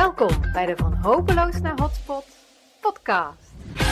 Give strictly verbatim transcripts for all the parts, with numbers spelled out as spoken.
Welkom bij de Van Hopeloos naar Hotspot podcast.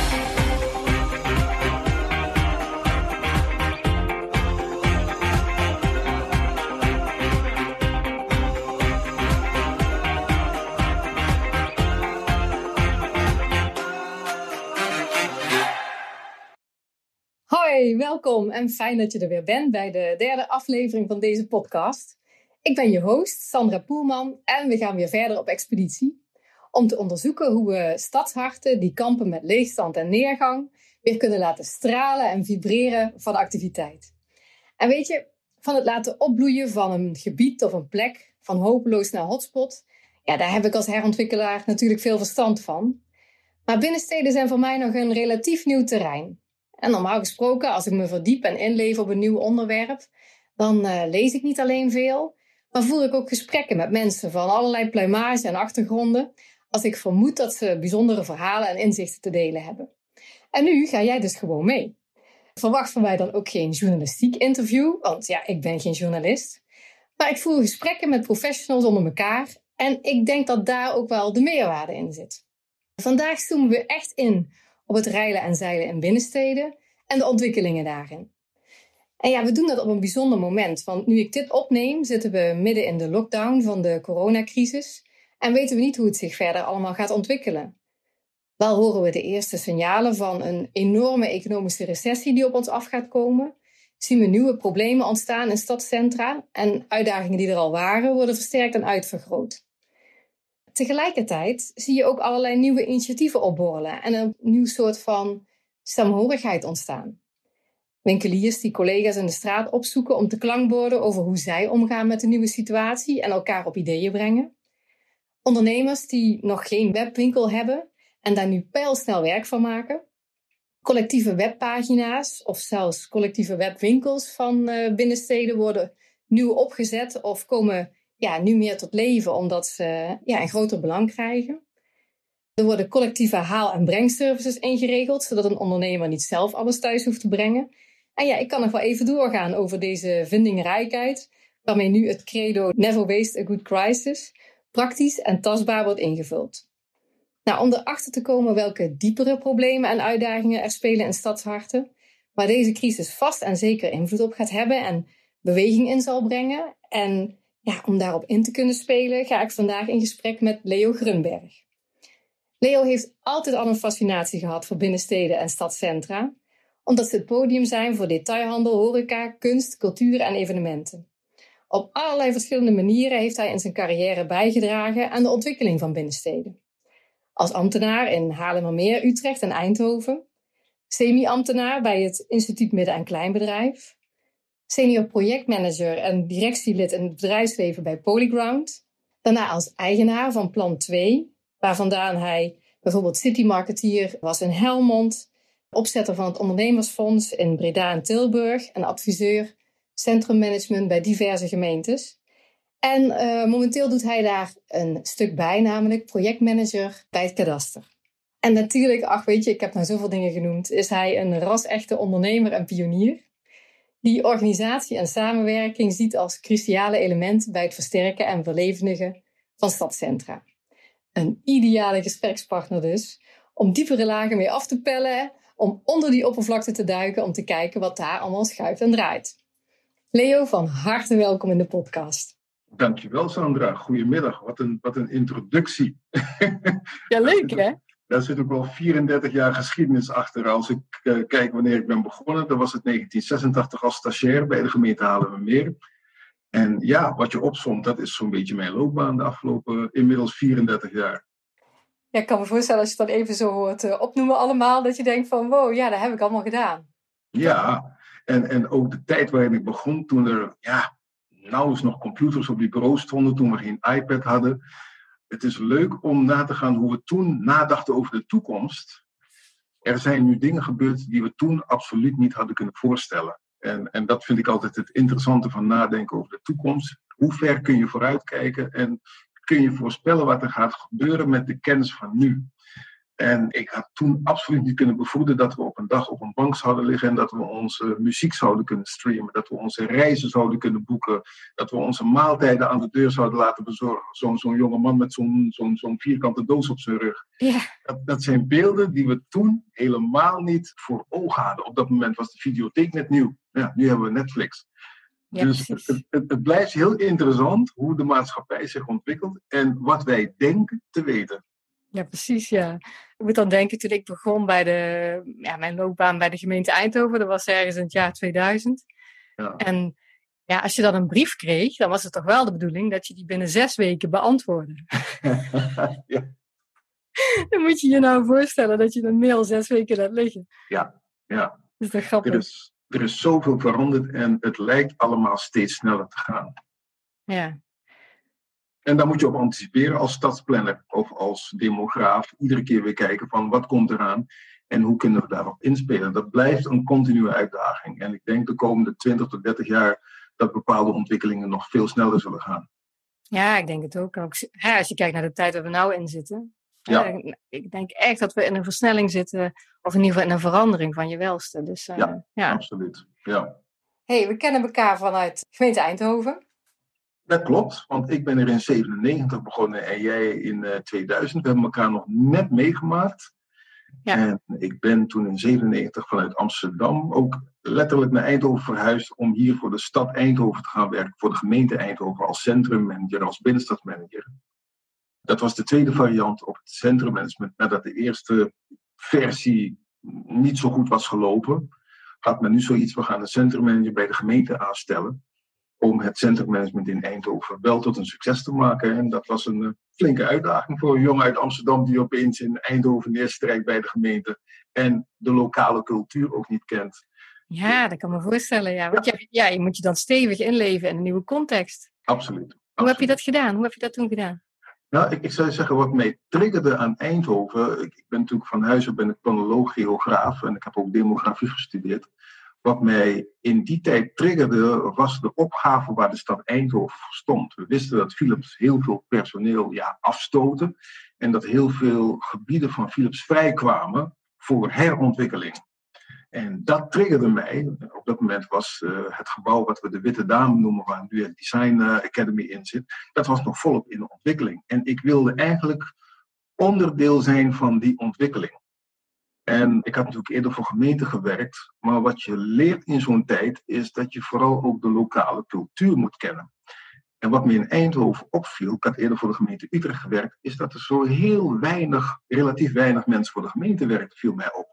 Hoi, welkom en fijn dat je er weer bent bij de derde aflevering van deze podcast. Ik ben je host, Sandra Poelman, en we gaan weer verder op expeditie om te onderzoeken hoe we stadsharten die kampen met leegstand en neergang weer kunnen laten stralen en vibreren van activiteit. En weet je, van het laten opbloeien van een gebied of een plek, van hopeloos naar hotspot, ja, daar heb ik als herontwikkelaar natuurlijk veel verstand van. Maar binnensteden zijn voor mij nog een relatief nieuw terrein. En normaal gesproken, als ik me verdiep en inleef op een nieuw onderwerp, dan uh, lees ik niet alleen veel, maar voer ik ook gesprekken met mensen van allerlei pluimage en achtergronden, als ik vermoed dat ze bijzondere verhalen en inzichten te delen hebben. En nu ga jij dus gewoon mee. Verwacht van mij dan ook geen journalistiek interview, want ja, ik ben geen journalist. Maar ik voer gesprekken met professionals onder elkaar en ik denk dat daar ook wel de meerwaarde in zit. Vandaag zoomen we echt in op het reilen en zeilen in binnensteden en de ontwikkelingen daarin. En ja, we doen dat op een bijzonder moment, want nu ik dit opneem zitten we midden in de lockdown van de coronacrisis en weten we niet hoe het zich verder allemaal gaat ontwikkelen. Wel horen we de eerste signalen van een enorme economische recessie die op ons af gaat komen, zien we nieuwe problemen ontstaan in stadscentra en uitdagingen die er al waren worden versterkt en uitvergroot. Tegelijkertijd zie je ook allerlei nieuwe initiatieven opborrelen en een nieuw soort van saamhorigheid ontstaan. Winkeliers die collega's in de straat opzoeken om te klankborden over hoe zij omgaan met de nieuwe situatie en elkaar op ideeën brengen. Ondernemers die nog geen webwinkel hebben en daar nu pijlsnel werk van maken. Collectieve webpagina's of zelfs collectieve webwinkels van uh, binnensteden worden nieuw opgezet of komen ja, nu meer tot leven omdat ze ja, een groter belang krijgen. Er worden collectieve haal- en brengservices ingeregeld, zodat een ondernemer niet zelf alles thuis hoeft te brengen. En ja, ik kan nog wel even doorgaan over deze vindingrijkheid, waarmee nu het credo Never Waste a Good Crisis praktisch en tastbaar wordt ingevuld. Nou, om erachter te komen welke diepere problemen en uitdagingen er spelen in stadsharten, waar deze crisis vast en zeker invloed op gaat hebben en beweging in zal brengen. En ja, om daarop in te kunnen spelen, ga ik vandaag in gesprek met Leo Grunberg. Leo heeft altijd al een fascinatie gehad voor binnensteden en stadscentra, omdat ze het podium zijn voor detailhandel, horeca, kunst, cultuur en evenementen. Op allerlei verschillende manieren heeft hij in zijn carrière bijgedragen aan de ontwikkeling van binnensteden. Als ambtenaar in Haarlemmermeer, Utrecht en Eindhoven, semi-ambtenaar bij het Instituut Midden- en Kleinbedrijf, senior projectmanager en directielid in het bedrijfsleven bij Polyground, daarna als eigenaar van Plan twee, waar vandaan hij bijvoorbeeld citymarketeer was in Helmond, opzetter van het ondernemersfonds in Breda en Tilburg en adviseur centrummanagement bij diverse gemeentes. En uh, momenteel doet hij daar een stuk bij, namelijk projectmanager bij het kadaster. En natuurlijk, ach weet je, ik heb nou zoveel dingen genoemd, is hij een ras-echte ondernemer en pionier die organisatie en samenwerking ziet als cruciale element bij het versterken en verlevendigen van stadscentra. Een ideale gesprekspartner dus, om diepere lagen mee af te pellen, om onder die oppervlakte te duiken, om te kijken wat daar allemaal schuift en draait. Leo, van harte welkom in de podcast. Dankjewel Sandra, goedemiddag. Wat een, wat een introductie. Ja, leuk hè? Daar zit ook wel vierendertig jaar geschiedenis achter. Als ik uh, kijk wanneer ik ben begonnen, dan was het negentien zesentachtig als stagiair bij de gemeente Haarlemmermeer. En ja, wat je opsomt, dat is zo'n beetje mijn loopbaan de afgelopen inmiddels vierendertig jaar. Ja, ik kan me voorstellen als je het dan even zo hoort uh, opnoemen allemaal, dat je denkt van wow, ja, dat heb ik allemaal gedaan. Ja, en, en ook de tijd waarin ik begon, toen er ja, nauwelijks nog computers op die bureaus stonden, toen we geen iPad hadden. Het is leuk om na te gaan hoe we toen nadachten over de toekomst. Er zijn nu dingen gebeurd die we toen absoluut niet hadden kunnen voorstellen. En, en dat vind ik altijd het interessante van nadenken over de toekomst. Hoe ver kun je vooruitkijken en kun je voorspellen wat er gaat gebeuren met de kennis van nu? En ik had toen absoluut niet kunnen bevoeden dat we op een dag op een bank zouden liggen en dat we onze muziek zouden kunnen streamen, dat we onze reizen zouden kunnen boeken, dat we onze maaltijden aan de deur zouden laten bezorgen. Zo'n, zo'n jonge man met zo'n, zo'n, zo'n vierkante doos op zijn rug. Ja. Dat, dat zijn beelden die we toen helemaal niet voor ogen hadden. Op dat moment was de videotheek net nieuw. Ja, nu hebben we Netflix. Ja, dus het, het, het blijft heel interessant hoe de maatschappij zich ontwikkelt en wat wij denken te weten. Ja, precies, ja. Ik moet dan denken, toen ik begon bij de, ja, mijn loopbaan bij de gemeente Eindhoven, dat was ergens in het jaar tweeduizend. Ja. En ja, als je dan een brief kreeg, dan was het toch wel de bedoeling dat je die binnen zes weken beantwoordde. Ja. Dan moet je je nou voorstellen dat je een mail zes weken laat liggen. Ja, ja. Dat is toch grappig? Er is, er is zoveel veranderd en het lijkt allemaal steeds sneller te gaan. Ja. En daar moet je op anticiperen als stadsplanner of als demograaf. Iedere keer weer kijken van wat komt eraan en hoe kunnen we daarop inspelen. Dat blijft een continue uitdaging. En ik denk de komende twintig tot dertig jaar dat bepaalde ontwikkelingen nog veel sneller zullen gaan. Ja, ik denk het ook. ook ja, als je kijkt naar de tijd waar we nou in zitten. Ja. Ja, ik denk echt dat we in een versnelling zitten. Of in ieder geval in een verandering van je welste. Dus, uh, ja, ja, absoluut. Ja. Hey, we kennen elkaar vanuit gemeente Eindhoven. Dat klopt, want ik ben er in zevenennegentig begonnen en jij in uh, tweeduizend. We hebben elkaar nog net meegemaakt. Ja. En ik ben toen in zevenennegentig vanuit Amsterdam ook letterlijk naar Eindhoven verhuisd om hier voor de stad Eindhoven te gaan werken, voor de gemeente Eindhoven als centrummanager, als binnenstadsmanager. Dat was de tweede variant op het centrummanagement, nadat de eerste versie niet zo goed was gelopen. Had men nu zoiets, we gaan een centrummanager bij de gemeente aanstellen om het centrummanagement in Eindhoven wel tot een succes te maken. En dat was een uh, flinke uitdaging voor een jongen uit Amsterdam die opeens in Eindhoven neerstrijkt bij de gemeente en de lokale cultuur ook niet kent. Ja, dat kan me voorstellen. Ja. Want ja. Je, ja, je moet je dan stevig inleven in een nieuwe context. Absoluut. Absoluut. Hoe heb je dat gedaan? Hoe heb je dat toen gedaan? Nou, ik, ik zou zeggen, wat mij triggerde aan Eindhoven. Ik, ik ben natuurlijk van huis uit ben ik planoloog, geograaf en ik heb ook demografie gestudeerd. Wat mij in die tijd triggerde, was de opgave waar de stad Eindhoven voor stond. We wisten dat Philips heel veel personeel ja, afstoten en dat heel veel gebieden van Philips vrijkwamen voor herontwikkeling. En dat triggerde mij. Op dat moment was uh, het gebouw wat we de Witte Dame noemen, waar nu het Design Academy in zit, dat was nog volop in de ontwikkeling. En ik wilde eigenlijk onderdeel zijn van die ontwikkeling. En ik had natuurlijk eerder voor gemeenten gewerkt, maar wat je leert in zo'n tijd is dat je vooral ook de lokale cultuur moet kennen. En wat me in Eindhoven opviel, ik had eerder voor de gemeente Utrecht gewerkt, is dat er zo heel weinig, relatief weinig mensen voor de gemeente werkten, viel mij op.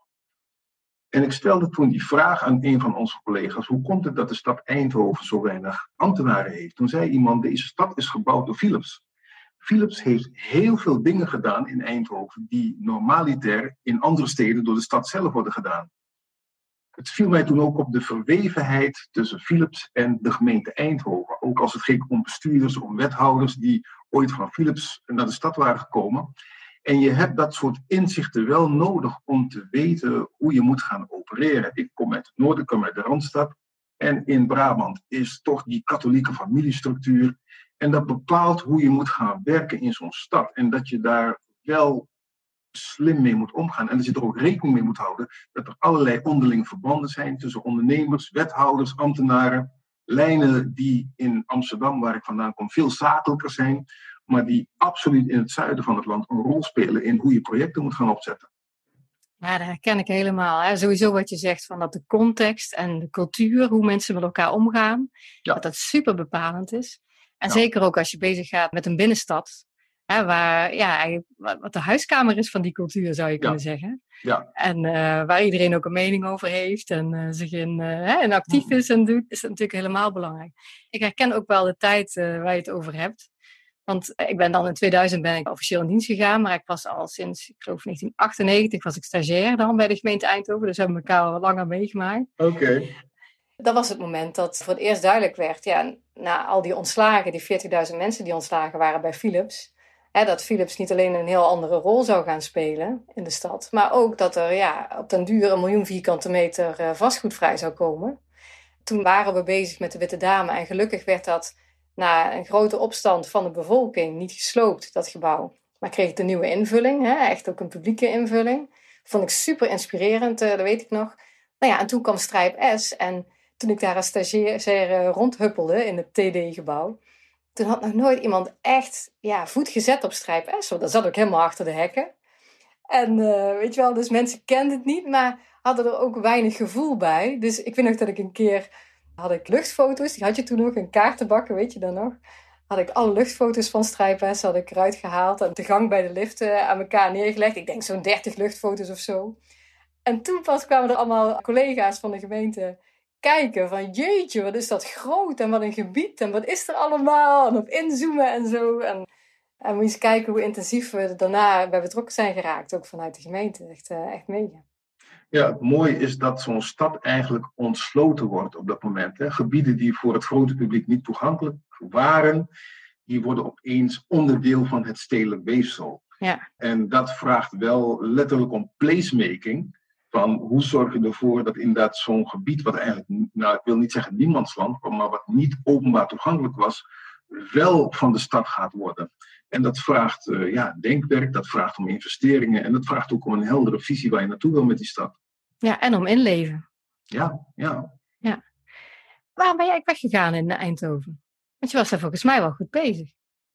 En ik stelde toen die vraag aan een van onze collega's, hoe komt het dat de stad Eindhoven zo weinig ambtenaren heeft? Toen zei iemand, deze stad is gebouwd door Philips. Philips heeft heel veel dingen gedaan in Eindhoven die normaliter in andere steden door de stad zelf worden gedaan. Het viel mij toen ook op de verwevenheid tussen Philips en de gemeente Eindhoven. Ook als het ging om bestuurders, om wethouders die ooit van Philips naar de stad waren gekomen. En je hebt dat soort inzichten wel nodig om te weten hoe je moet gaan opereren. Ik kom uit het noorden, ik kom uit de Randstad. En in Brabant is toch die katholieke familiestructuur. En dat bepaalt hoe je moet gaan werken in zo'n stad. En dat je daar wel slim mee moet omgaan. En dat je er ook rekening mee moet houden dat er allerlei onderling verbanden zijn tussen ondernemers, wethouders, ambtenaren. Lijnen die in Amsterdam, waar ik vandaan kom, veel zakelijker zijn. Maar die absoluut in het zuiden van het land een rol spelen in hoe je projecten moet gaan opzetten. Ja, dat herken ik helemaal. Hè. Sowieso wat je zegt van dat de context en de cultuur, hoe mensen met elkaar omgaan, ja. dat dat super bepalend is. En ja. zeker ook als je bezig gaat met een binnenstad, hè, waar, ja, wat de huiskamer is van die cultuur, zou je kunnen ja. zeggen. Ja. En uh, waar iedereen ook een mening over heeft en uh, zich in, uh, hè, en actief is en doet, is dat natuurlijk helemaal belangrijk. Ik herken ook wel de tijd uh, waar je het over hebt. Want ik ben dan in tweeduizend ben ik officieel in dienst gegaan, maar ik was al sinds, ik geloof negentien achtennegentig, was ik stagiair dan bij de gemeente Eindhoven. Dus we hebben elkaar al langer meegemaakt. Oké. Okay. Dat was het moment dat voor het eerst duidelijk werd, ja, na al die ontslagen, die veertigduizend mensen die ontslagen waren bij Philips, hè, dat Philips niet alleen een heel andere rol zou gaan spelen in de stad, maar ook dat er ja, op den duur een miljoen vierkante meter uh, vastgoed vrij zou komen. Toen waren we bezig met de Witte Dame en gelukkig werd dat na een grote opstand van de bevolking niet gesloopt, dat gebouw. Maar kreeg ik de nieuwe invulling, hè, echt ook een publieke invulling. Vond ik super inspirerend, uh, dat weet ik nog. Nou ja, en toen kwam Strijp S. En toen ik daar als stagiaire rondhuppelde in het T D-gebouw... toen had nog nooit iemand echt ja, voet gezet op Strijp S. Want dat zat ook helemaal achter de hekken. En uh, weet je wel, dus mensen kenden het niet, maar hadden er ook weinig gevoel bij. Dus ik weet nog dat ik een keer... had ik luchtfoto's, die had je toen nog in kaartenbakken, weet je dan nog? Had ik alle luchtfoto's van Strijp S had ik eruit gehaald en de gang bij de lift uh, aan elkaar neergelegd. Ik denk zo'n dertig luchtfoto's of zo. En toen pas kwamen er allemaal collega's van de gemeente kijken van jeetje, wat is dat groot en wat een gebied en wat is er allemaal? En op inzoomen en zo. En, en moet je eens kijken hoe intensief we daarna bij betrokken zijn geraakt, ook vanuit de gemeente. Echt, uh, echt mega. Ja, het mooie is dat zo'n stad eigenlijk ontsloten wordt op dat moment. Hè. Gebieden die voor het grote publiek niet toegankelijk waren, die worden opeens onderdeel van het stedelijk weefsel. Ja. En dat vraagt wel letterlijk om placemaking. Van hoe zorg je ervoor dat inderdaad zo'n gebied, wat eigenlijk, nou ik wil niet zeggen niemandsland, maar wat niet openbaar toegankelijk was, wel van de stad gaat worden. En dat vraagt uh, ja, denkwerk, dat vraagt om investeringen en dat vraagt ook om een heldere visie waar je naartoe wil met die stad. Ja, en om inleven. Ja, ja. ja. Waarom ben jij weggegaan in Eindhoven? Want je was daar volgens mij wel goed bezig.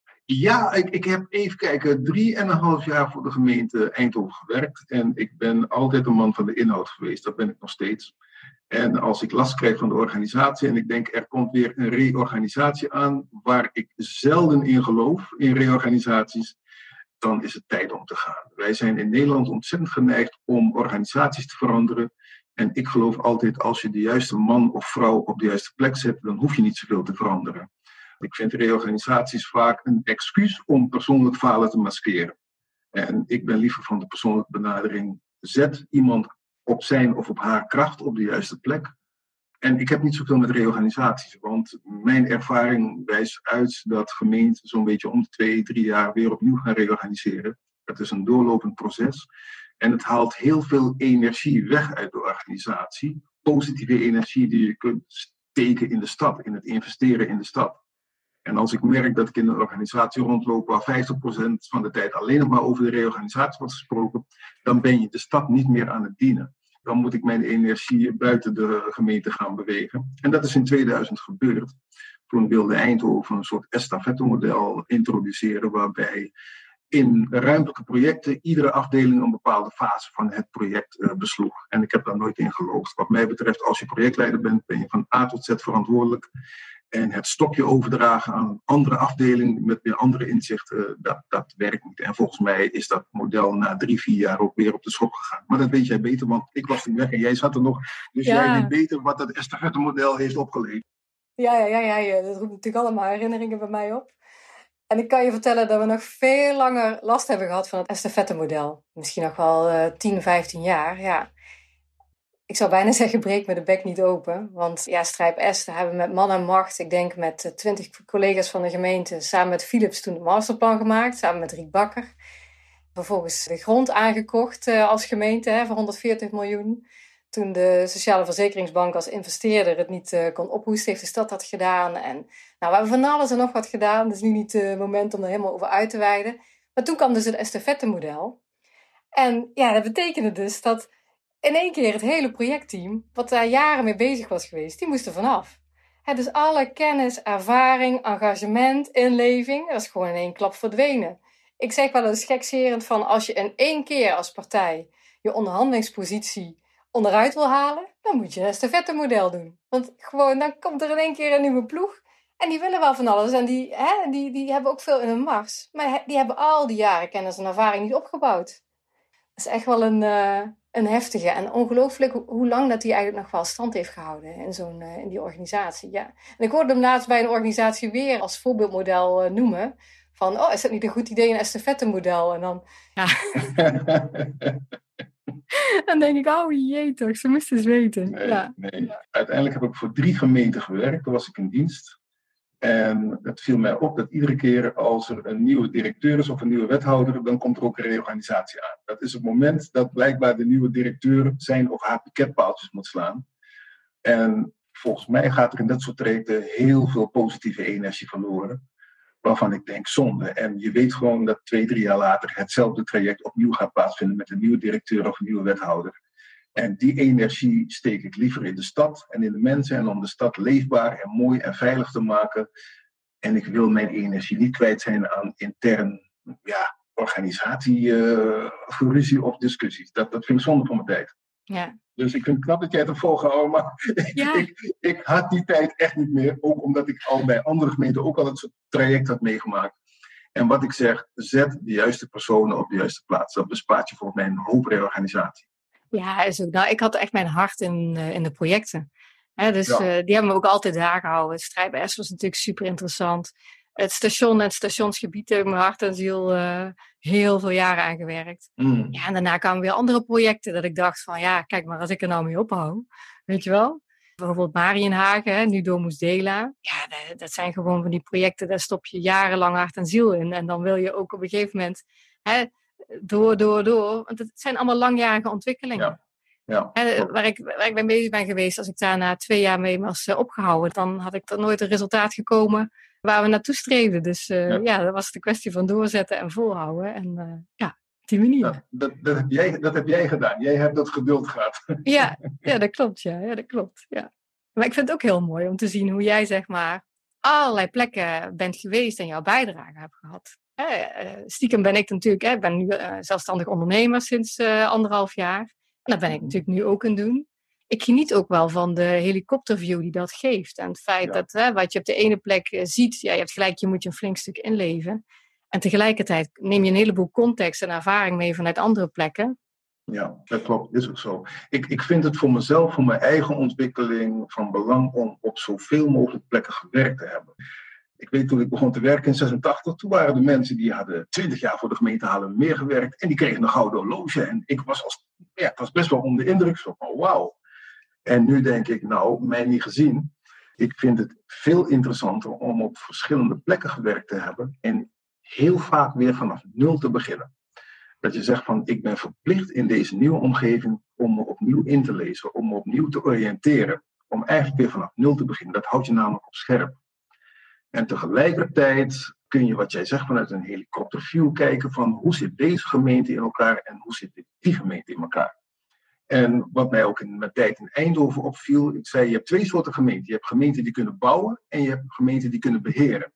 Ja, ik, ik heb even kijken, drie en een half jaar voor de gemeente Eindhoven gewerkt. En ik ben altijd een man van de inhoud geweest, dat ben ik nog steeds. En als ik last krijg van de organisatie en ik denk er komt weer een reorganisatie aan, waar ik zelden in geloof, in reorganisaties, dan is het tijd om te gaan. Wij zijn in Nederland ontzettend geneigd om organisaties te veranderen. En ik geloof altijd, als je de juiste man of vrouw op de juiste plek zet, dan hoef je niet zoveel te veranderen. Ik vind reorganisaties vaak een excuus om persoonlijk falen te maskeren. En ik ben liever van de persoonlijke benadering. Zet iemand op zijn of op haar kracht op de juiste plek. En ik heb niet zoveel met reorganisaties, want mijn ervaring wijst uit dat gemeenten zo'n beetje om de twee, drie jaar weer opnieuw gaan reorganiseren. Het is een doorlopend proces en het haalt heel veel energie weg uit de organisatie. Positieve energie die je kunt steken in de stad, in het investeren in de stad. En als ik merk dat ik in een organisatie rondloop waar vijftig procent van de tijd alleen nog maar over de reorganisatie wordt gesproken, dan ben je de stad niet meer aan het dienen. Dan moet ik mijn energie buiten de gemeente gaan bewegen. En dat is in tweeduizend gebeurd. Toen wilde Eindhoven een soort estafette-model introduceren, waarbij in ruimtelijke projecten iedere afdeling een bepaalde fase van het project uh, besloeg. En ik heb daar nooit in geloofd. Wat mij betreft, als je projectleider bent, ben je van A tot Z verantwoordelijk. En het stokje overdragen aan een andere afdeling met weer andere inzichten, dat, dat werkt niet. En volgens mij is dat model na drie, vier jaar ook weer op de schop gegaan. Maar dat weet jij beter, want ik was toen weg en jij zat er nog. Dus ja. Jij weet beter wat dat estafette-model heeft opgeleverd. Ja, ja, ja, ja, dat roept natuurlijk allemaal herinneringen bij mij op. En ik kan je vertellen dat we nog veel langer last hebben gehad van het estafette-model. Misschien nog wel uh, tien, vijftien jaar, ja. Ik zou bijna zeggen, breek me de bek niet open. Want ja, Strijp S, daar hebben we met man en macht, ik denk met twintig collega's van de gemeente, samen met Philips toen het masterplan gemaakt, samen met Riek Bakker. Vervolgens de grond aangekocht uh, als gemeente hè, voor honderdveertig miljoen. Toen de Sociale Verzekeringsbank als investeerder het niet uh, kon ophoesten, heeft de stad dat gedaan. En nou, we hebben van alles en nog wat gedaan. Het is nu niet het uh, moment om er helemaal over uit te wijden. Maar toen kwam dus het estafette-model. En ja, dat betekende dus dat in één keer het hele projectteam, wat daar jaren mee bezig was geweest, die moest er vanaf. He, dus alle kennis, ervaring, engagement, inleving, dat is gewoon in één klap verdwenen. Ik zeg wel eens gekscherend van, als je in één keer als partij je onderhandelingspositie onderuit wil halen, dan moet je een estafette-model doen. Want gewoon, dan komt er in één keer een nieuwe ploeg. En die willen wel van alles. En die, hè, die, die hebben ook veel in hun mars. Maar die hebben al die jaren kennis en ervaring niet opgebouwd. Dat is echt wel een, uh, een heftige. En ongelooflijk hoe lang dat die eigenlijk nog wel stand heeft gehouden in, zo'n, uh, in die organisatie. Ja. En ik hoorde hem laatst bij een organisatie weer als voorbeeldmodel uh, noemen. Van, oh, is dat niet een goed idee, een estafette-model? En dan... Ja. Dan denk ik, oh jee toch, ze moesten eens weten. Nee, ja. nee. Uiteindelijk heb ik voor drie gemeenten gewerkt. Toen was ik in dienst. En het viel mij op dat iedere keer als er een nieuwe directeur is of een nieuwe wethouder, dan komt er ook een reorganisatie aan. Dat is het moment dat blijkbaar de nieuwe directeur zijn of haar piketpaaltjes moet slaan. En volgens mij gaat er in dat soort trajecten heel veel positieve energie verloren. waarvan ik denk zonde. En je weet gewoon dat twee, drie jaar later hetzelfde traject opnieuw gaat plaatsvinden met een nieuwe directeur of een nieuwe wethouder. En die energie steek ik liever in de stad en in de mensen en om de stad leefbaar en mooi en veilig te maken. En ik wil mijn energie niet kwijt zijn aan intern ja, organisatiegeruzie uh, of discussies. Dat, dat vind ik zonde van mijn tijd. Ja. Dus ik vind het knap dat jij het hebt volgehouden, maar ja. ik, ik had die tijd echt niet meer. Ook omdat ik al bij andere gemeenten ook al het soort traject had meegemaakt. En wat ik zeg, zet de juiste personen op de juiste plaats. Dat bespaart je volgens mij een hoop reorganisatie. Ja, is ook, nou, ik had echt mijn hart in, uh, in de projecten. He, dus ja. uh, die hebben me ook altijd daar gehouden. Het Strijp-S was natuurlijk super interessant. Het station en het stationsgebied heb ik mijn hart en ziel uh, heel veel jaren aan gewerkt. Mm. Ja, en daarna kwamen weer andere projecten dat ik dacht van ja, kijk maar als ik er nou mee ophoud. Weet je wel? Bijvoorbeeld Mariënhagen, hè, nu Domus Dela. Ja, dat, dat zijn gewoon van die projecten, daar stop je jarenlang hart en ziel in. En dan wil je ook op een gegeven moment hè, door, door, door. Want het zijn allemaal langjarige ontwikkelingen. Ja. Ja, He, waar, ik, waar ik mee bezig ben geweest, als ik daar na twee jaar mee was uh, opgehouden, dan had ik er nooit een resultaat gekomen waar we naartoe streefden. Dus uh, ja. ja, dat was de kwestie van doorzetten en volhouden. En uh, ja, op die manier. Ja, dat, dat, heb jij, dat heb jij gedaan. Jij hebt dat geduld gehad. Ja, ja, dat klopt. Ja, ja, dat klopt. Ja. Maar ik vind het ook heel mooi om te zien hoe jij zeg maar allerlei plekken bent geweest en jouw bijdrage hebt gehad. He, uh, stiekem ben ik natuurlijk, ik ben nu uh, zelfstandig ondernemer sinds uh, anderhalf jaar. En dat ben ik natuurlijk nu ook aan het doen. Ik geniet ook wel van de helikopterview die dat geeft. En het feit ja. dat hè, wat je op de ene plek uh, ziet, ja, je hebt gelijk, je moet je een flink stuk inleven. En tegelijkertijd neem je een heleboel context en ervaring mee vanuit andere plekken. Ja, dat klopt. Is ook zo. Ik, ik vind het voor mezelf, voor mijn eigen ontwikkeling, van belang om op zoveel mogelijk plekken gewerkt te hebben. Ik weet toen ik begon te werken in zesentachtig, toen waren er mensen die hadden twintig jaar voor de gemeente Haarlemmermeer gewerkt en die kregen een gouden horloge. En ik was, als, ja, ik was best wel onder de indruk zo van wauw. En nu denk ik, nou, mij niet gezien. Ik vind het veel interessanter om op verschillende plekken gewerkt te hebben en heel vaak weer vanaf nul te beginnen. Dat je zegt van, ik ben verplicht in deze nieuwe omgeving om me opnieuw in te lezen, om me opnieuw te oriënteren, om eigenlijk weer vanaf nul te beginnen. Dat houdt je namelijk op scherp. En tegelijkertijd kun je, wat jij zegt, vanuit een helikopterview kijken van hoe zit deze gemeente in elkaar en hoe zit die gemeente in elkaar. En wat mij ook in mijn tijd in Eindhoven opviel, ik zei je hebt twee soorten gemeenten. Je hebt gemeenten die kunnen bouwen en je hebt gemeenten die kunnen beheren.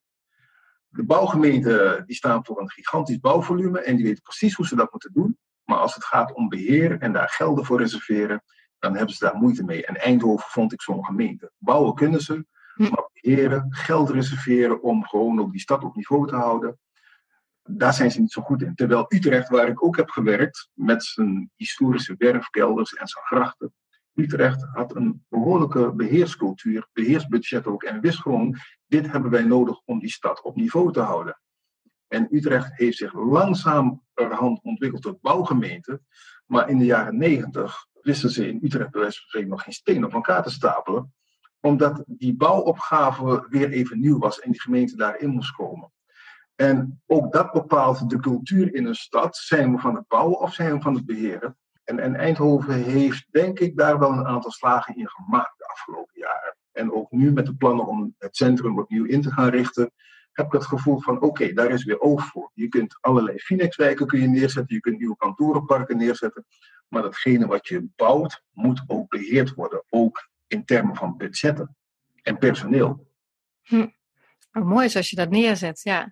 De bouwgemeenten die staan voor een gigantisch bouwvolume en die weten precies hoe ze dat moeten doen. Maar als het gaat om beheer en daar gelden voor reserveren, dan hebben ze daar moeite mee. En Eindhoven vond ik zo'n gemeente. Bouwen kunnen ze. Maar beheren, geld reserveren om gewoon ook die stad op niveau te houden, daar zijn ze niet zo goed in. Terwijl Utrecht, waar ik ook heb gewerkt, met zijn historische werfkelders en zijn grachten, Utrecht had een behoorlijke beheerscultuur, beheersbudget ook, en wist gewoon, dit hebben wij nodig om die stad op niveau te houden. En Utrecht heeft zich langzamerhand ontwikkeld tot bouwgemeente, maar in de jaren negentig wisten ze in Utrecht bij wijze van spreken nog geen steen op elkaar te stapelen, omdat die bouwopgave weer even nieuw was en die gemeente daarin moest komen. En ook dat bepaalt de cultuur in een stad. Zijn we van het bouwen of zijn we van het beheren? En, en Eindhoven heeft, denk ik, daar wel een aantal slagen in gemaakt de afgelopen jaren. En ook nu met de plannen om het centrum opnieuw in te gaan richten, heb ik het gevoel van, oké, okay, daar is weer oog voor. Je kunt allerlei Finex-wijken kun je neerzetten, je kunt nieuwe kantorenparken neerzetten. Maar datgene wat je bouwt, moet ook beheerd worden. Ook in termen van budgetten en personeel. Hm. Oh, mooi is als je dat neerzet, ja.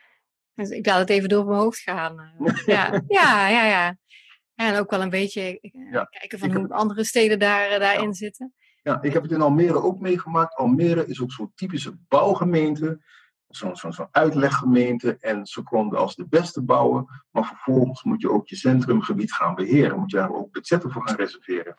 Dus ik laat het even door mijn hoofd gaan. Ja, ja, ja, ja. En ook wel een beetje ja. kijken van hoe heb... andere steden daar, daarin ja. zitten. Ja, ik heb het in Almere ook meegemaakt. Almere is ook zo'n typische bouwgemeente. Zo'n zo, zo uitleggemeente. En ze konden als de beste bouwen. Maar vervolgens moet je ook je centrumgebied gaan beheren. Moet je daar ook budgetten voor gaan reserveren.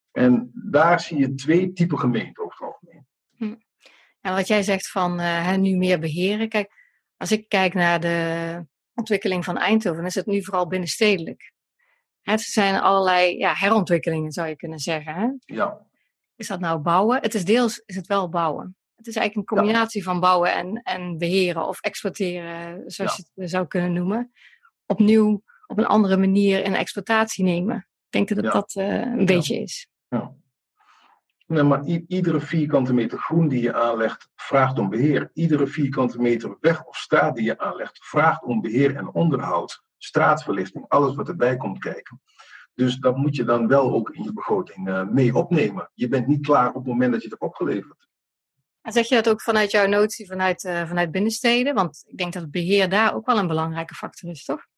En daar zie je twee typen gemeenten over het algemeen. Hm. En wat jij zegt van uh, nu meer beheren. Kijk, als ik kijk naar de ontwikkeling van Eindhoven, is het nu vooral binnenstedelijk. Het zijn allerlei ja, herontwikkelingen, zou je kunnen zeggen. Hè? Ja. Is dat nou bouwen? Het is deels is het wel bouwen. Het is eigenlijk een combinatie ja. van bouwen en, en beheren of exploiteren, zoals ja. je het zou kunnen noemen. Opnieuw op een andere manier in exploitatie nemen. Ik denk dat het ja. dat uh, een ja. beetje is. Ja. Nee, maar i- iedere vierkante meter groen die je aanlegt, vraagt om beheer. Iedere vierkante meter weg of straat die je aanlegt, vraagt om beheer en onderhoud. Straatverlichting, alles wat erbij komt kijken. Dus dat moet je dan wel ook in je begroting uh, mee opnemen. Je bent niet klaar op het moment dat je het hebt opgeleverd. En zeg je dat ook vanuit jouw notie vanuit, uh, vanuit binnensteden? Want ik denk dat het beheer daar ook wel een belangrijke factor is, toch?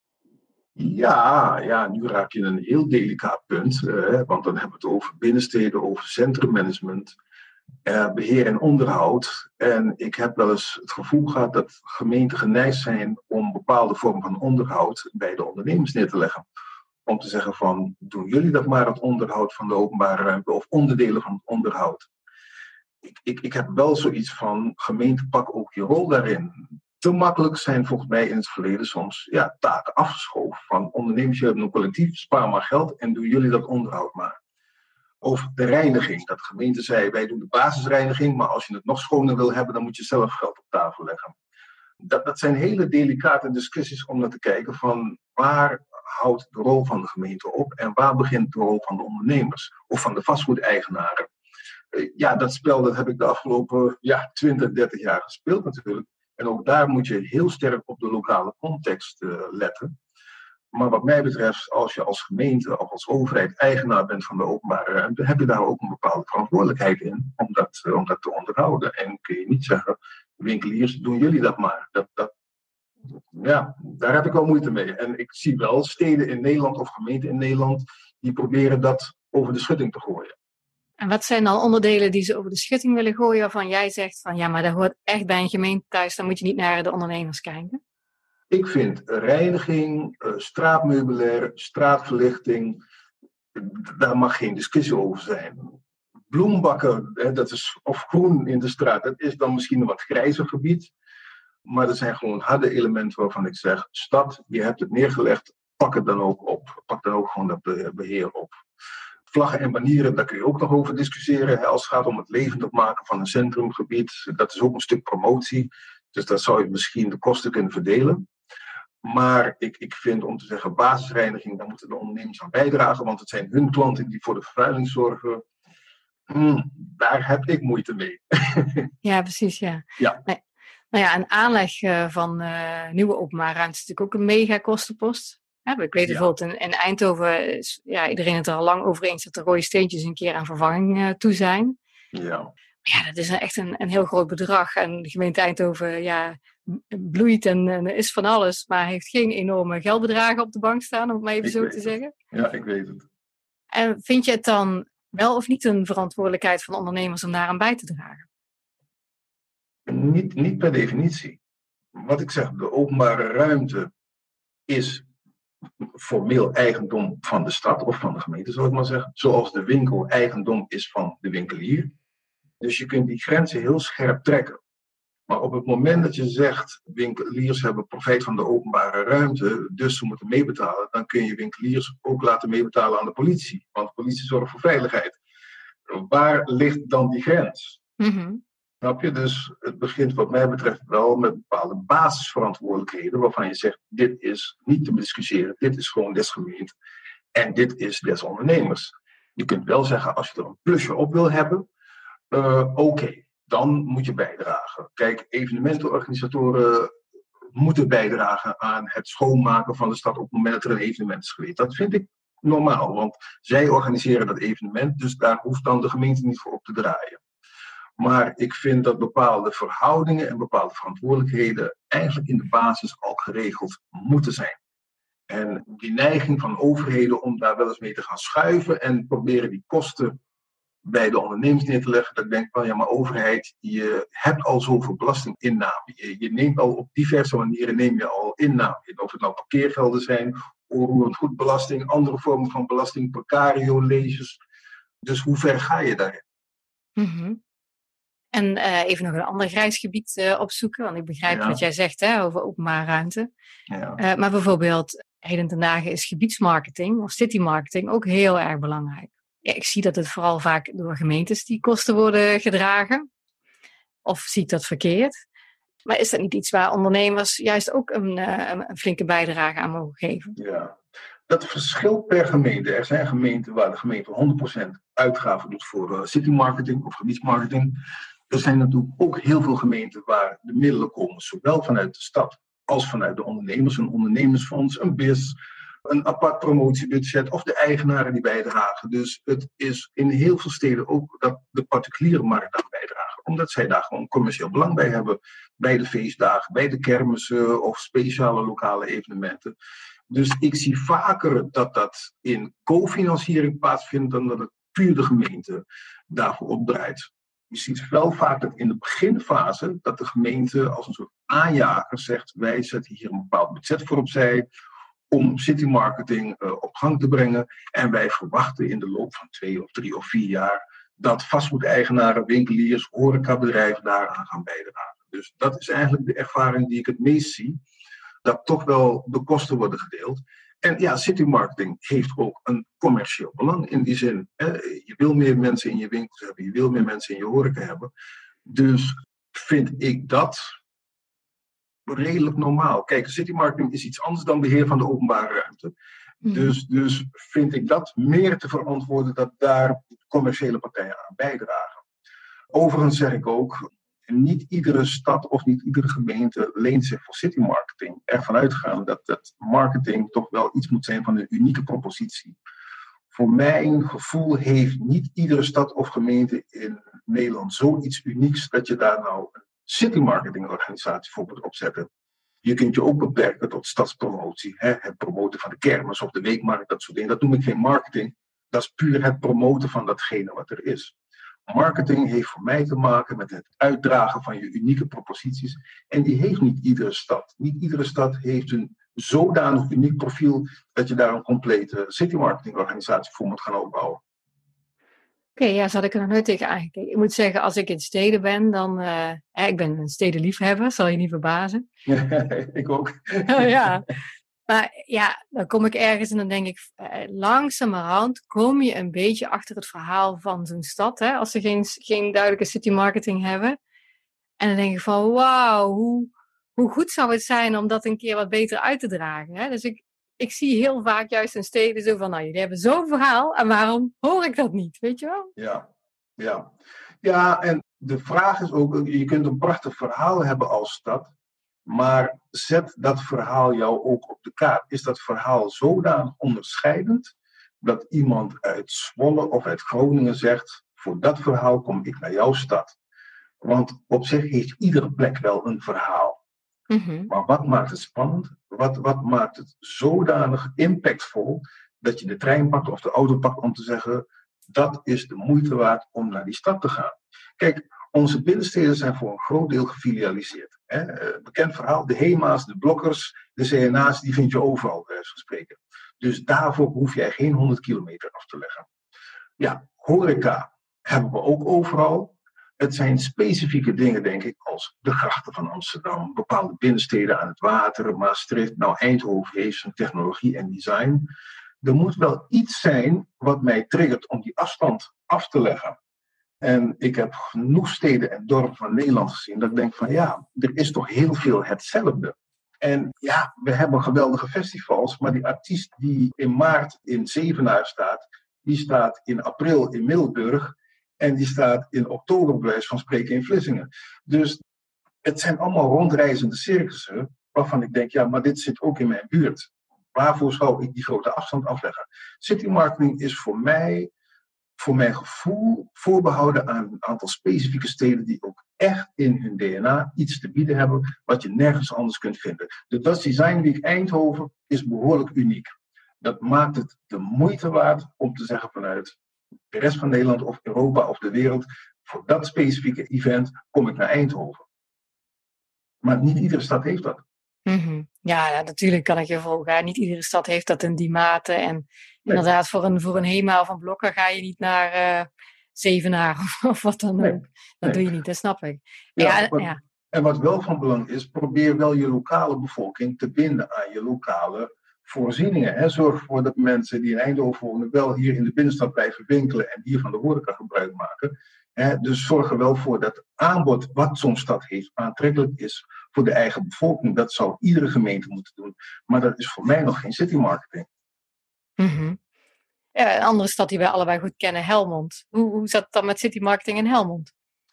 Ja, ja, nu raak je een heel delicaat punt. Uh, want dan hebben we het over binnensteden, over centrummanagement, uh, beheer en onderhoud. En ik heb wel eens het gevoel gehad dat gemeenten geneigd zijn om bepaalde vormen van onderhoud bij de ondernemers neer te leggen. Om te zeggen van, doen jullie dat maar, het onderhoud van de openbare ruimte of onderdelen van het onderhoud. Ik, ik, ik heb wel zoiets van, gemeente, pak ook je rol daarin. Te makkelijk zijn volgens mij in het verleden soms ja, taken afgeschoven. Van ondernemers, je hebt een collectief, spaar maar geld en doen jullie dat onderhoud maar. Over de reiniging. Dat de gemeente zei, wij doen de basisreiniging, maar als je het nog schoner wil hebben, dan moet je zelf geld op tafel leggen. Dat, dat zijn hele delicate discussies om naar te kijken van waar houdt de rol van de gemeente op en waar begint de rol van de ondernemers of van de vastgoedeigenaren. Uh, ja, dat spel dat heb ik de afgelopen ja, twintig, dertig jaar gespeeld natuurlijk. En ook daar moet je heel sterk op de lokale context uh, letten. Maar wat mij betreft, als je als gemeente of als overheid eigenaar bent van de openbare ruimte, heb je daar ook een bepaalde verantwoordelijkheid in om dat, uh, om dat te onderhouden. En kun je niet zeggen, winkeliers, doen jullie dat maar. Dat, dat, ja, daar heb ik wel moeite mee. En ik zie wel steden in Nederland of gemeenten in Nederland die proberen dat over de schutting te gooien. En wat zijn dan onderdelen die ze over de schutting willen gooien waarvan jij zegt van ja, maar dat hoort echt bij een gemeente thuis, dan moet je niet naar de ondernemers kijken? Ik vind reiniging, uh, straatmeubilair, straatverlichting, daar mag geen discussie over zijn. Bloembakken, hè, dat is, of groen in de straat, dat is dan misschien een wat grijzer gebied. Maar er zijn gewoon harde elementen waarvan ik zeg, stad, je hebt het neergelegd, pak het dan ook op. Pak dan ook gewoon dat beheer op. Vlaggen en banieren, daar kun je ook nog over discussiëren. Hè, als het gaat om het levendig maken van een centrumgebied. Dat is ook een stuk promotie. Dus daar zou je misschien de kosten kunnen verdelen. Maar ik, ik vind om te zeggen basisreiniging, daar moeten de ondernemers aan bijdragen. Want het zijn hun klanten die voor de vervuiling zorgen. Hmm, daar heb ik moeite mee. Ja, precies, ja. Ja. Nee. Nou ja, een aanleg uh, van uh, nieuwe openbare ruimte is natuurlijk ook een mega kostenpost. Ja, ik weet ja. bijvoorbeeld in, in Eindhoven is ja, iedereen het er al lang over eens dat de rode steentjes een keer aan vervanging uh, toe zijn. Ja. Maar ja, dat is een, echt een, een heel groot bedrag. En de gemeente Eindhoven ja, bloeit en, en is van alles, maar heeft geen enorme geldbedragen op de bank staan, om het maar even ik zo te het. zeggen. Ja, ik weet het. En vind je het dan wel of niet een verantwoordelijkheid van ondernemers om daaraan bij te dragen? Niet, niet per definitie. Wat ik zeg, de openbare ruimte is formeel eigendom van de stad of van de gemeente, zal ik maar zeggen. Zoals de winkel eigendom is van de winkelier. Dus je kunt die grenzen heel scherp trekken. Maar op het moment dat je zegt, winkeliers hebben profijt van de openbare ruimte, dus ze moeten meebetalen, dan kun je winkeliers ook laten meebetalen aan de politie. Want de politie zorgt voor veiligheid. Waar ligt dan die grens? Mm-hmm. Snap je? Dus het begint wat mij betreft wel met bepaalde basisverantwoordelijkheden waarvan je zegt, dit is niet te discussiëren, dit is gewoon des gemeente en dit is des ondernemers. Je kunt wel zeggen, als je er een plusje op wil hebben, uh, oké, okay, dan moet je bijdragen. Kijk, evenementenorganisatoren moeten bijdragen aan het schoonmaken van de stad op het moment dat er een evenement is geweest. Dat vind ik normaal, want zij organiseren dat evenement, dus daar hoeft dan de gemeente niet voor op te draaien. Maar ik vind dat bepaalde verhoudingen en bepaalde verantwoordelijkheden eigenlijk in de basis al geregeld moeten zijn. En die neiging van overheden om daar wel eens mee te gaan schuiven en proberen die kosten bij de ondernemers neer te leggen, dat ik denk van ja, maar overheid, je hebt al zoveel belastinginname. Je, je neemt al op diverse manieren neem je al inname. Of het nou parkeergelden zijn, onroerend goedbelasting, andere vormen van belasting, precario, leases. Dus hoe ver ga je daarin? Mm-hmm. En uh, even nog een ander grijs gebied uh, opzoeken, want ik begrijp ja. wat jij zegt hè, over openbare ruimte. Ja. Uh, maar bijvoorbeeld, heden ten dagen is gebiedsmarketing of citymarketing ook heel erg belangrijk. Ja, ik zie dat het vooral vaak door gemeentes die kosten worden gedragen. Of zie ik dat verkeerd? Maar is dat niet iets waar ondernemers juist ook een, uh, een flinke bijdrage aan mogen geven? Ja, dat verschilt per gemeente. Er zijn gemeenten waar de gemeente honderd procent uitgaven doet voor uh, city marketing of gebiedsmarketing. Er zijn natuurlijk ook heel veel gemeenten waar de middelen komen, zowel vanuit de stad als vanuit de ondernemers. Een ondernemersfonds, een B I S, een apart promotiebudget of de eigenaren die bijdragen. Dus het is in heel veel steden ook dat de particuliere markt daar bijdragen. Omdat zij daar gewoon commercieel belang bij hebben. Bij de feestdagen, bij de kermissen of speciale lokale evenementen. Dus ik zie vaker dat dat in cofinanciering plaatsvindt dan dat het puur de gemeente daarvoor opdraait. Je ziet wel vaak dat in de beginfase dat de gemeente als een soort aanjager zegt: wij zetten hier een bepaald budget voor opzij om citymarketing uh, op gang te brengen. En wij verwachten in de loop van twee of drie of vier jaar dat vastgoedeigenaren, winkeliers, horecabedrijven daaraan gaan bijdragen. Dus dat is eigenlijk de ervaring die ik het meest zie. Dat toch wel de kosten worden gedeeld. En ja, citymarketing heeft ook een commercieel belang in die zin. Hè. Je wil meer mensen in je winkels hebben, je wil meer mensen in je horeca hebben. Dus vind ik dat redelijk normaal. Kijk, citymarketing is iets anders dan beheer van de openbare ruimte. Mm. Dus, dus vind ik dat meer te verantwoorden dat daar commerciële partijen aan bijdragen. Overigens zeg ik ook, niet iedere stad of niet iedere gemeente leent zich voor citymarketing. Ervan uitgaan dat het marketing toch wel iets moet zijn van een unieke propositie. Voor mijn gevoel heeft niet iedere stad of gemeente in Nederland zoiets unieks dat je daar nou een citymarketingorganisatie voor moet opzetten. Je kunt je ook beperken tot stadspromotie. Hè? Het promoten van de kermis of de weekmarkt, dat soort dingen. Dat noem ik geen marketing. Dat is puur het promoten van datgene wat er is. Marketing heeft voor mij te maken met het uitdragen van je unieke proposities. En die heeft niet iedere stad. Niet iedere stad heeft een zodanig uniek profiel dat je daar een complete citymarketingorganisatie voor moet gaan opbouwen. Oké, okay, ja, zo had ik er nog nooit tegen aangekeken. Ik moet zeggen, als ik in steden ben, dan... Uh, ik ben een stedenliefhebber, zal je niet verbazen. Ik ook. Oh, ja. Maar ja, dan kom ik ergens en dan denk ik, eh, langzamerhand kom je een beetje achter het verhaal van zo'n stad, hè, als ze geen, geen duidelijke city marketing hebben. En dan denk ik van, wauw, hoe, hoe goed zou het zijn om dat een keer wat beter uit te dragen. Hè? Dus ik, ik zie heel vaak juist in steden zo van, nou, jullie hebben zo'n verhaal en waarom hoor ik dat niet, weet je wel? Ja, ja. Ja, en de vraag is ook, je kunt een prachtig verhaal hebben als stad. Maar zet dat verhaal jou ook op de kaart? Is dat verhaal zodanig onderscheidend dat iemand uit Zwolle of uit Groningen zegt: voor dat verhaal kom ik naar jouw stad? Want op zich heeft iedere plek wel een verhaal. Mm-hmm. Maar wat maakt het spannend? Wat, wat maakt het zodanig impactvol dat je de trein pakt of de auto pakt om te zeggen: dat is de moeite waard om naar die stad te gaan? Kijk, onze binnensteden zijn voor een groot deel gefilialiseerd. Hè? Bekend verhaal, de HEMA's, de Blokkers, de C N A's, die vind je overal, bij wijze van spreken. Dus daarvoor hoef jij geen honderd kilometer af te leggen. Ja, horeca hebben we ook overal. Het zijn specifieke dingen, denk ik, als de grachten van Amsterdam, bepaalde binnensteden aan het water, Maastricht. Nou, Eindhoven heeft zijn technologie en design. Er moet wel iets zijn wat mij triggert om die afstand af te leggen. En ik heb genoeg steden en dorpen van Nederland gezien dat ik denk van ja, er is toch heel veel hetzelfde. En ja, we hebben geweldige festivals, maar die artiest die in maart in Zevenaar staat, die staat in april in Middelburg en die staat in oktober bij wijze van spreken in Vlissingen. Dus het zijn allemaal rondreizende circussen waarvan ik denk, ja, maar dit zit ook in mijn buurt. Waarvoor zou ik die grote afstand afleggen? City marketing is voor mij, voor mijn gevoel, voorbehouden aan een aantal specifieke steden die ook echt in hun D N A iets te bieden hebben wat je nergens anders kunt vinden. De Dutch Design Week Eindhoven is behoorlijk uniek. Dat maakt het de moeite waard om te zeggen vanuit de rest van Nederland of Europa of de wereld, voor dat specifieke event kom ik naar Eindhoven. Maar niet iedere stad heeft dat. Mm-hmm. Ja, ja, natuurlijk kan ik je volgen. Niet iedere stad heeft dat in die mate. En nee. Inderdaad, voor een, voor een HEMA of een Blokker ga je niet naar uh, Zevenaar of, of wat dan nee. ook. Dat nee. doe je niet, dat snap ik. Ja, ja, wat, ja. En wat wel van belang is, probeer wel je lokale bevolking te binden aan je lokale voorzieningen. Hè. Zorg ervoor dat mensen die in Eindhoven wonen wel hier in de binnenstad blijven winkelen en hier van de horeca gebruik maken. Hè. Dus zorg er wel voor dat het aanbod wat zo'n stad heeft aantrekkelijk is voor de eigen bevolking. Dat zou iedere gemeente moeten doen. Maar dat is voor mij nog geen city marketing. Mm-hmm. Ja, een andere stad die wij allebei goed kennen, Helmond. Hoe, hoe zat het dan met city marketing in Helmond?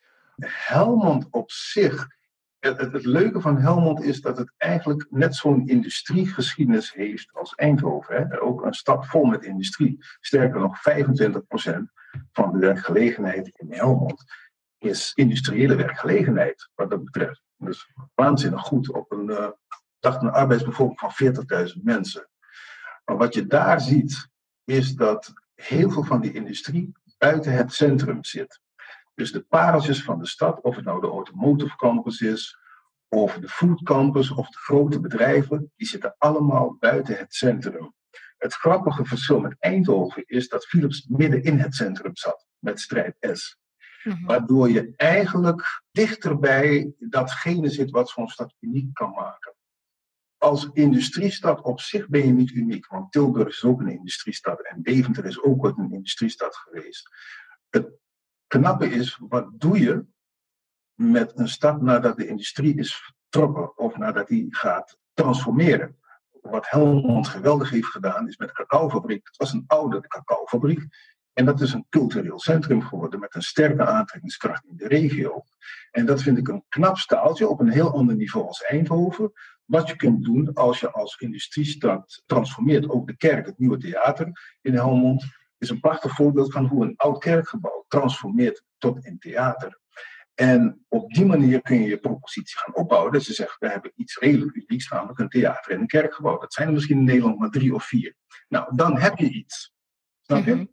Helmond op zich, het, het, het leuke van Helmond is dat het eigenlijk net zo'n industriegeschiedenis heeft als Eindhoven. Hè? Ook een stad vol met industrie. Sterker nog, vijfentwintig procent van de werkgelegenheid in Helmond is industriële werkgelegenheid, wat dat betreft. Dus waanzinnig goed op een, uh, dacht een arbeidsbevolking van veertigduizend mensen. Maar wat je daar ziet, is dat heel veel van die industrie buiten het centrum zit. Dus de pareltjes van de stad, of het nou de automotive campus is, of de food campus, of de grote bedrijven, die zitten allemaal buiten het centrum. Het grappige verschil met Eindhoven is dat Philips midden in het centrum zat, met Strijd S. Mm-hmm. Waardoor je eigenlijk dichterbij datgene zit wat zo'n stad uniek kan maken. Als industriestad op zich ben je niet uniek, want Tilburg is ook een industriestad en Deventer is ook ooit een industriestad geweest. Het knappe is, wat doe je met een stad nadat de industrie is vertrokken of nadat die gaat transformeren? Wat Helmond geweldig heeft gedaan is met de cacaofabriek. Het was een oude cacaofabriek en dat is een cultureel centrum geworden met een sterke aantrekkingskracht in de regio. En dat vind ik een knap staaltje op een heel ander niveau als Eindhoven. Wat je kunt doen als je als industriestad transformeert. Ook de kerk, het nieuwe theater in Helmond, is een prachtig voorbeeld van hoe een oud kerkgebouw transformeert tot een theater. En op die manier kun je je propositie gaan opbouwen. Dus je zegt, we hebben iets redelijk unieks, namelijk een theater en een kerkgebouw. Dat zijn er misschien in Nederland maar drie of vier. Nou, dan heb je iets. Snap je? Mm-hmm.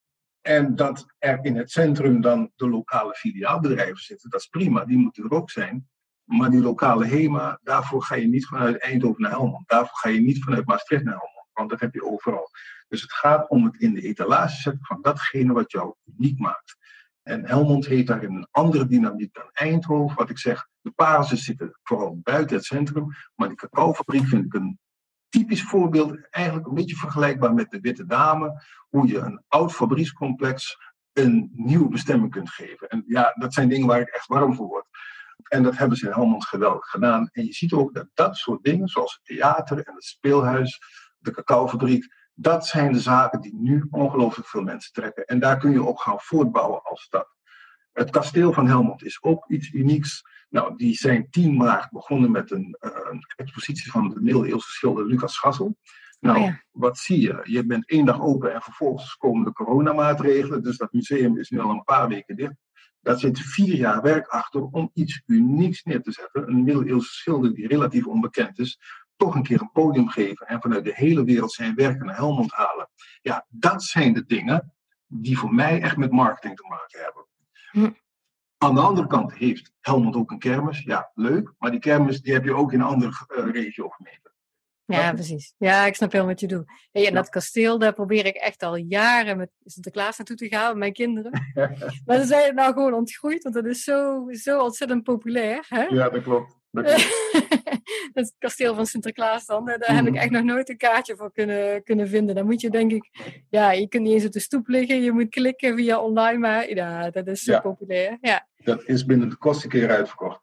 En dat er in het centrum dan de lokale filiaalbedrijven zitten, dat is prima, die moeten er ook zijn. Maar die lokale HEMA, daarvoor ga je niet vanuit Eindhoven naar Helmond. Daarvoor ga je niet vanuit Maastricht naar Helmond, want dat heb je overal. Dus het gaat om het in de etalage zetten van datgene wat jou uniek maakt. En Helmond heeft daarin een andere dynamiek dan Eindhoven. Wat ik zeg, de pareltjes zitten vooral buiten het centrum. Maar die cacaofabriek vind ik een typisch voorbeeld. Eigenlijk een beetje vergelijkbaar met de Witte Dame. Hoe je een oud fabriekscomplex een nieuwe bestemming kunt geven. En ja, dat zijn dingen waar ik echt warm voor word. En dat hebben ze in Helmond geweldig gedaan. En je ziet ook dat dat soort dingen, zoals het theater en het speelhuis, de cacaofabriek, dat zijn de zaken die nu ongelooflijk veel mensen trekken. En daar kun je op gaan voortbouwen als stad. Het kasteel van Helmond is ook iets unieks. Nou, die zijn tien maart begonnen met een, uh, een expositie van de middeleeuwse schilder Lucas Schassel. Nou, oh ja. Wat zie je? Je bent één dag open en vervolgens komen de coronamaatregelen. Dus dat museum is nu al een paar weken dicht. Daar zit vier jaar werk achter om iets unieks neer te zetten. Een middeleeuwse schilder die relatief onbekend is, toch een keer een podium geven en vanuit de hele wereld zijn werken naar Helmond halen. Ja, dat zijn de dingen die voor mij echt met marketing te maken hebben. Hm. Aan de andere kant heeft Helmond ook een kermis. Ja, leuk. Maar die kermis die heb je ook in een andere uh, regio gemeenten. Ja, dat... precies. Ja, ik snap heel wat je doet. Hey, en ja. Dat kasteel, daar probeer ik echt al jaren met Sinterklaas naartoe te gaan, met mijn kinderen. Maar ze zijn nou gewoon ontgroeid, want dat is zo, zo ontzettend populair. Hè? Ja, dat klopt. Dat klopt. Het kasteel van Sinterklaas dan, daar mm. heb ik echt nog nooit een kaartje voor kunnen, kunnen vinden. Dan moet je denk ik, ja, je kunt niet eens op de stoep liggen, je moet klikken via online, maar ja, dat is zo ja. populair. Ja. Dat is binnen de kortste keer uitverkocht.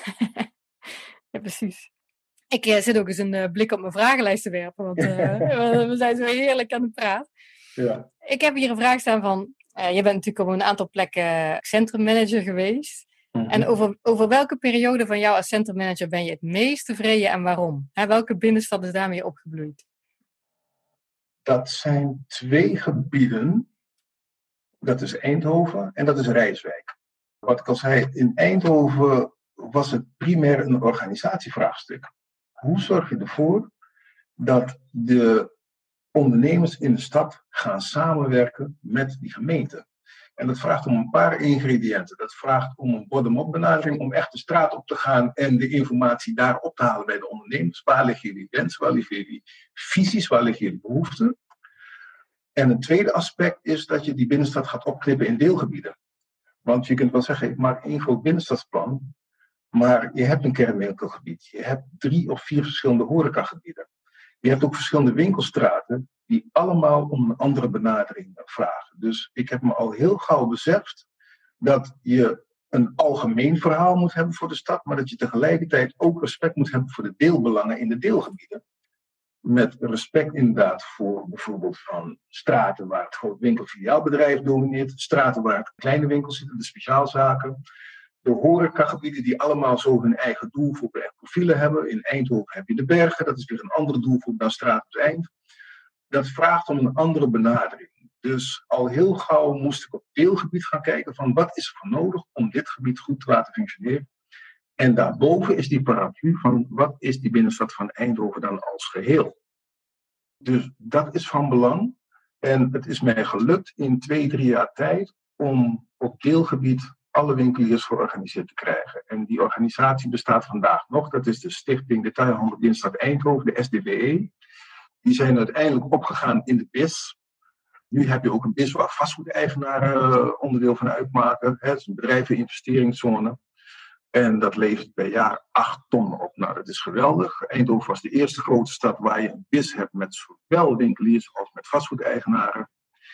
Ja, precies. Ik uh, zit ook eens een uh, blik op mijn vragenlijst te werpen, want uh, we zijn zo heerlijk aan het praten. Ja. Ik heb hier een vraag staan van, uh, je bent natuurlijk op een aantal plekken centrummanager geweest. Mm-hmm. En over, over welke periode van jou als centrummanager ben je het meest tevreden en waarom? Hè, welke binnenstad is daarmee opgebloeid? Dat zijn twee gebieden. Dat is Eindhoven en dat is Rijswijk. Wat ik al zei, in Eindhoven was het primair een organisatievraagstuk. Hoe zorg je ervoor dat de ondernemers in de stad gaan samenwerken met die gemeente? En dat vraagt om een paar ingrediënten. Dat vraagt om een bottom-up benadering, om echt de straat op te gaan en de informatie daar op te halen bij de ondernemers. Waar liggen jullie wensen, waar liggen jullie visies, waar liggen jullie behoeften? En een tweede aspect is dat je die binnenstad gaat opknippen in deelgebieden. Want je kunt wel zeggen, ik maak één groot binnenstadsplan, maar je hebt een kernwinkelgebied. Je hebt drie of vier verschillende horecagebieden. Je hebt ook verschillende winkelstraten die allemaal om een andere benadering vragen. Dus ik heb me al heel gauw beseft dat je een algemeen verhaal moet hebben voor de stad, maar dat je tegelijkertijd ook respect moet hebben voor de deelbelangen in de deelgebieden. met respect inderdaad voor bijvoorbeeld van straten waar het groot winkelfiliaalbedrijf domineert, straten waar het kleine winkels zitten, de speciaalzaken, de horecagebieden die allemaal zo hun eigen doelgroep en profielen hebben. In Eindhoven heb je de Bergen, dat is weer een andere doelgroep dan Straat op het Eind. Dat vraagt om een andere benadering. Dus al heel gauw moest ik op deelgebied gaan kijken van wat is er voor nodig om dit gebied goed te laten functioneren. En daarboven is die paraplu van wat is die binnenstad van Eindhoven dan als geheel. Dus dat is van belang. En het is mij gelukt in twee, drie jaar tijd om op deelgebied alle winkeliers georganiseerd te krijgen. En die organisatie bestaat vandaag nog. Dat is de Stichting Detailhandel Binnenstad Eindhoven, de S D B E. Die zijn uiteindelijk opgegaan in de B I S. Nu heb je ook een B I S waar vastgoedeigenaren onderdeel van uitmaken. Het is een bedrijveninvesteringszone. En dat levert per jaar acht ton op. Nou, dat is geweldig. Eindhoven was de eerste grote stad waar je een B I S hebt met zowel winkeliers als met vastgoedeigenaren.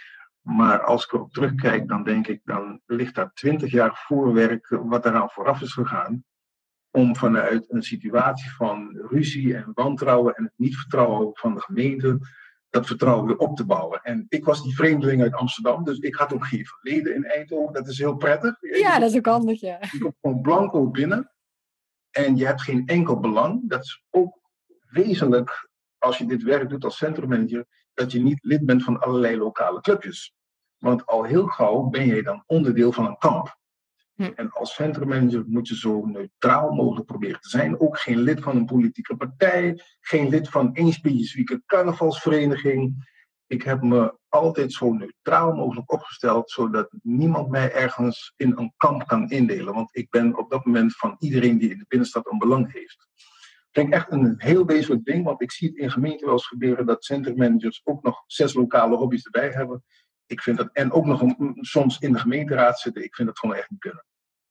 Maar als ik erop terugkijk, dan denk ik, dan ligt daar twintig jaar voorwerk wat eraan vooraf is gegaan. Om vanuit een situatie van ruzie en wantrouwen en het niet vertrouwen van de gemeente, dat vertrouwen weer op te bouwen. En ik was die vreemdeling uit Amsterdam, dus ik had ook geen verleden in Eindhoven. Dat is heel prettig. Ja, dat is ook handig, ja. Je komt gewoon blanco binnen en je hebt geen enkel belang. Dat is ook wezenlijk, als je dit werk doet als centrummanager, dat je niet lid bent van allerlei lokale clubjes. Want al heel gauw ben je dan onderdeel van een kamp. Hm. En als centrummanager moet je zo neutraal mogelijk proberen te zijn. Ook geen lid van een politieke partij. Geen lid van één specifieke carnavalsvereniging. Ik heb me altijd zo neutraal mogelijk opgesteld. Zodat niemand mij ergens in een kamp kan indelen. Want ik ben op dat moment van iedereen die in de binnenstad een belang heeft. Ik denk echt een heel wezenlijk ding. Want ik zie het in gemeenten wel eens gebeuren dat centrummanagers ook nog zes lokale hobby's erbij hebben. Ik vind dat, en ook nog een, soms in de gemeenteraad zitten, ik vind dat gewoon echt niet kunnen.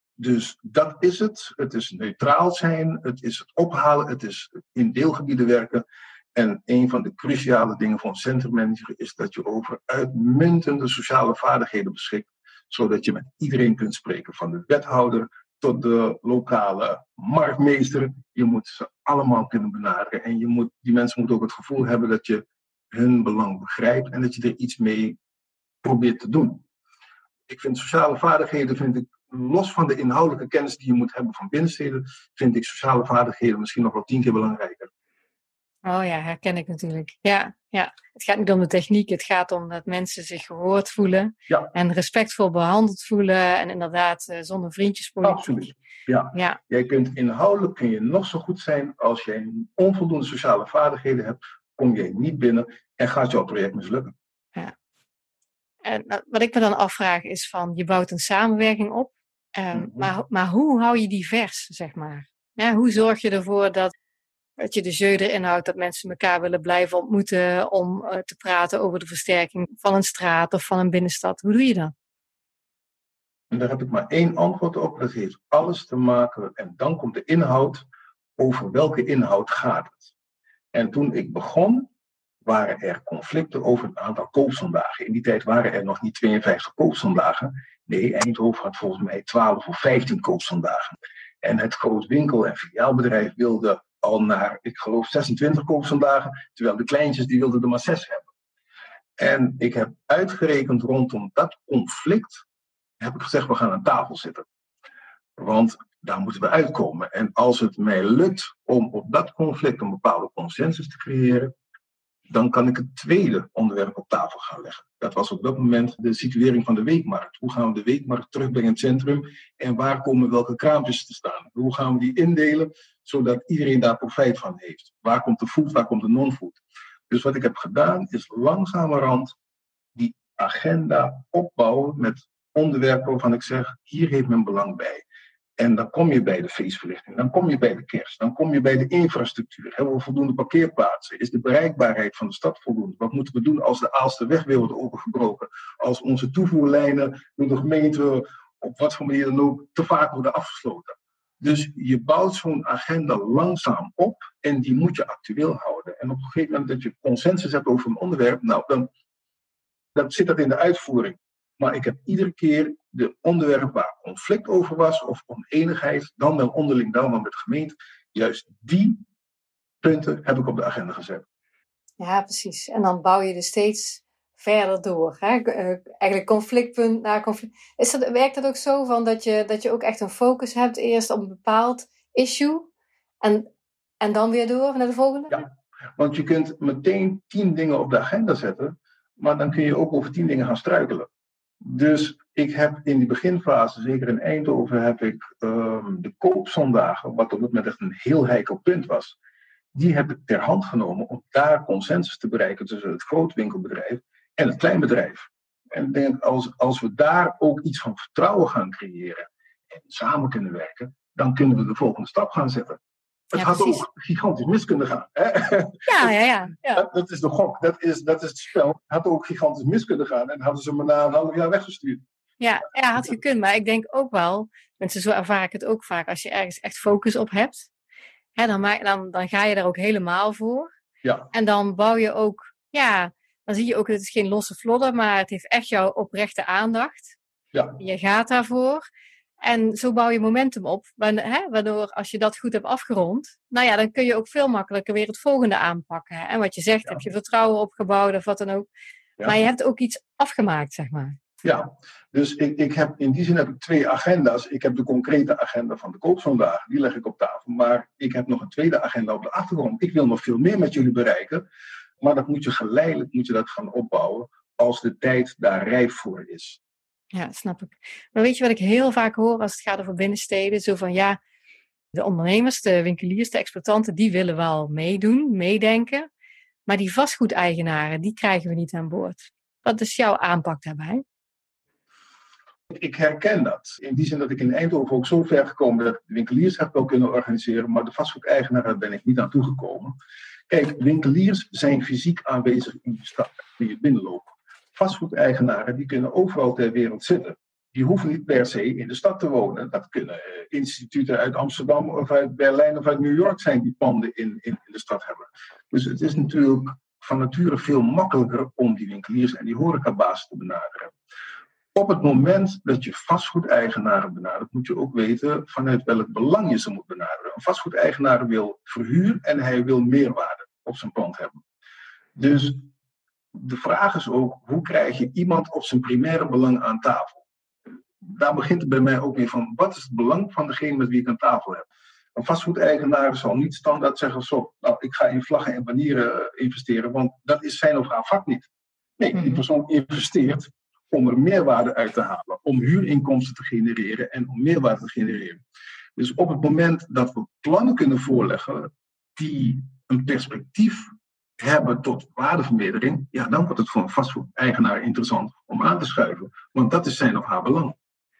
Dus dat is het. Het is neutraal zijn, het is het ophalen, het is in deelgebieden werken. En een van de cruciale dingen voor een centrummanager is dat je over uitmuntende sociale vaardigheden beschikt, zodat je met iedereen kunt spreken, van de wethouder tot de lokale marktmeester. Je moet ze allemaal kunnen benaderen en je moet, die mensen moeten ook het gevoel hebben dat je hun belang begrijpt en dat je er iets mee probeert te doen. Ik vind sociale vaardigheden, vind ik, los van de inhoudelijke kennis die je moet hebben van binnensteden, vind ik sociale vaardigheden misschien nog wel tien keer belangrijker. Oh ja, herken ik natuurlijk. Ja, ja. Het gaat niet om de techniek, het gaat om dat mensen zich gehoord voelen. Ja. En respectvol behandeld voelen en inderdaad uh, zonder vriendjespolitiek. Absoluut. Ja. Ja. Jij kunt inhoudelijk kun je nog zo goed zijn, als jij onvoldoende sociale vaardigheden hebt, kom je niet binnen en gaat jouw project mislukken. Ja. En wat ik me dan afvraag is van, je bouwt een samenwerking op, um, mm-hmm. maar, maar hoe hou je die vers, zeg maar? Ja, hoe zorg je ervoor dat, dat je de jeu erin houdt, dat mensen elkaar willen blijven ontmoeten om uh, te praten over de versterking van een straat of van een binnenstad? Hoe doe je dat? En daar heb ik maar één antwoord op. Dat heeft alles te maken, en dan komt de inhoud, over welke inhoud gaat het. En toen ik begon, waren er conflicten over het aantal koopzondagen. In die tijd waren er nog niet tweeënvijftig koopzondagen. Nee, Eindhoven had volgens mij twaalf of vijftien koopzondagen. En het groot winkel- en filiaalbedrijf wilde al naar, ik geloof, zesentwintig koopzondagen, terwijl de kleintjes die wilden er maar zes hebben. En ik heb uitgerekend rondom dat conflict, heb ik gezegd, we gaan aan tafel zitten. Want daar moeten we uitkomen. En als het mij lukt om op dat conflict een bepaalde consensus te creëren, dan kan ik het tweede onderwerp op tafel gaan leggen. Dat was op dat moment de situering van de weekmarkt. Hoe gaan we de weekmarkt terugbrengen in het centrum en waar komen welke kraampjes te staan? Hoe gaan we die indelen, zodat iedereen daar profijt van heeft? Waar komt de food, waar komt de non-food? Dus wat ik heb gedaan is langzamerhand die agenda opbouwen met onderwerpen waarvan ik zeg, hier heeft men belang bij. En dan kom je bij de feestverlichting, dan kom je bij de kerst, dan kom je bij de infrastructuur. Hebben we voldoende parkeerplaatsen? Is de bereikbaarheid van de stad voldoende? Wat moeten we doen als de Aalsterweg weer wordt opengebroken? Als onze toevoerlijnen door de gemeente op wat voor manier dan ook te vaak worden afgesloten? Dus je bouwt zo'n agenda langzaam op en die moet je actueel houden. En op een gegeven moment dat je consensus hebt over een onderwerp, nou, dan, dan zit dat in de uitvoering. Maar ik heb iedere keer de onderwerpen waar conflict over was, of oneenigheid, dan wel onderling, dan wel met de gemeente, juist die punten heb ik op de agenda gezet. Ja, precies. En dan bouw je er steeds verder door. Hè? Uh, eigenlijk conflictpunt na conflict. Is dat, werkt dat ook zo van dat je, dat je ook echt een focus hebt eerst op een bepaald issue en, en dan weer door naar de volgende? Ja, want je kunt meteen tien dingen op de agenda zetten, maar dan kun je ook over tien dingen gaan struikelen. Dus ik heb in die beginfase, zeker in Eindhoven, heb ik um, de koopzondagen, wat op dat moment echt een heel heikel punt was, die heb ik ter hand genomen om daar consensus te bereiken tussen het grootwinkelbedrijf en het kleinbedrijf. En ik denk, als, als we daar ook iets van vertrouwen gaan creëren en samen kunnen werken, dan kunnen we de volgende stap gaan zetten. Het ja, had precies. ook gigantisch mis kunnen gaan. Hè? Ja, ja, ja. ja. Dat, dat is de gok, dat is, dat is het spel. Het had ook gigantisch mis kunnen gaan en hadden ze me na een half jaar weggestuurd. Ja, ja, had gekund. Maar ik denk ook wel, mensen, zo ervaar ik het ook vaak, als je ergens echt focus op hebt, hè, dan, maak, dan, dan ga je daar ook helemaal voor. Ja. En dan bouw je ook, ja, dan zie je ook, het is geen losse vlodder, maar het heeft echt jouw oprechte aandacht. Ja. Je gaat daarvoor. En zo bouw je momentum op, waardoor als je dat goed hebt afgerond, nou ja, dan kun je ook veel makkelijker weer het volgende aanpakken. En wat je zegt, ja. heb je vertrouwen opgebouwd of wat dan ook. Ja. Maar je hebt ook iets afgemaakt, zeg maar. Ja, dus ik, ik heb, in die zin heb ik twee agenda's. Ik heb de concrete agenda van de koopzondagen, die leg ik op tafel. Maar ik heb nog een tweede agenda op de achtergrond. Ik wil nog veel meer met jullie bereiken. Maar dat moet je geleidelijk moet je dat gaan opbouwen als de tijd daar rijp voor is. Ja, snap ik. Maar weet je wat ik heel vaak hoor als het gaat over binnensteden? Zo van ja, de ondernemers, de winkeliers, de exploitanten, die willen wel meedoen, meedenken. Maar die vastgoedeigenaren, die krijgen we niet aan boord. Wat is jouw aanpak daarbij? Ik herken dat. In die zin dat ik in Eindhoven ook zo ver gekomen dat ik de winkeliers heb wel kunnen organiseren, maar de vastgoedeigenaren ben ik niet aan toegekomen. Kijk, winkeliers zijn fysiek aanwezig in de stad, die je binnenloopt. Vastgoedeigenaren die kunnen overal ter wereld zitten. Die hoeven niet per se in de stad te wonen. Dat kunnen uh, instituten uit Amsterdam of uit Berlijn of uit New York zijn die panden in, in, in de stad hebben. Dus het is natuurlijk van nature veel makkelijker om die winkeliers en die horecabazen te benaderen. Op het moment dat je vastgoedeigenaren benadert, moet je ook weten vanuit welk belang je ze moet benaderen. Een vastgoedeigenaar wil verhuur en hij wil meerwaarde op zijn pand hebben. Dus de vraag is ook, hoe krijg je iemand op zijn primaire belang aan tafel? Daar begint het bij mij ook weer van, wat is het belang van degene met wie ik aan tafel heb? Een vastgoedeigenaar zal niet standaard zeggen, zo, nou, ik ga in vlaggen en banieren investeren, want dat is zijn of haar vak niet. Nee, die persoon investeert om er meerwaarde uit te halen, om huurinkomsten te genereren en om meerwaarde te genereren. Dus op het moment dat we plannen kunnen voorleggen die een perspectief hebben tot waardevermeerdering, ja, dan wordt het voor een vastgoedeigenaar interessant om aan te schuiven, want dat is zijn of haar belang.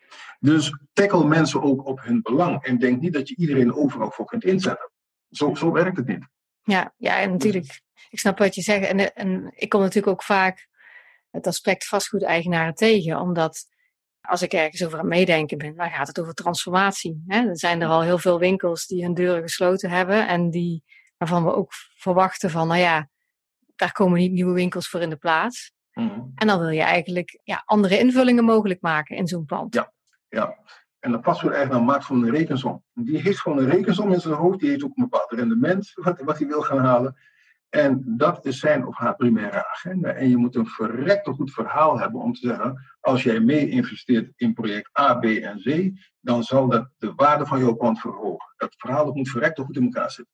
Dus tackle mensen ook op hun belang en denk niet dat je iedereen overal voor kunt inzetten. Zo, zo werkt het niet. Ja, ja, en natuurlijk, ik snap wat je zegt. En, en ik kom natuurlijk ook vaak het aspect vastgoedeigenaren tegen, omdat als ik ergens over aan het meedenken ben, dan gaat het over transformatie. Hè? Er zijn er al heel veel winkels die hun deuren gesloten hebben en die, waarvan we ook verwachten van, nou ja, daar komen niet nieuwe winkels voor in de plaats. Mm-hmm. En dan wil je eigenlijk ja, andere invullingen mogelijk maken in zo'n pand. Ja, ja. En de vastgoedeigenaar maakt gewoon een rekensom. Die heeft gewoon een rekensom in zijn hoofd, die heeft ook een bepaald rendement wat, wat hij wil gaan halen. En dat is zijn of haar primaire agenda. En je moet een verrekte goed verhaal hebben om te zeggen, als jij mee investeert in project A, B en C, dan zal dat de waarde van jouw pand verhogen. Dat verhaal dat moet verrekte goed in elkaar zitten.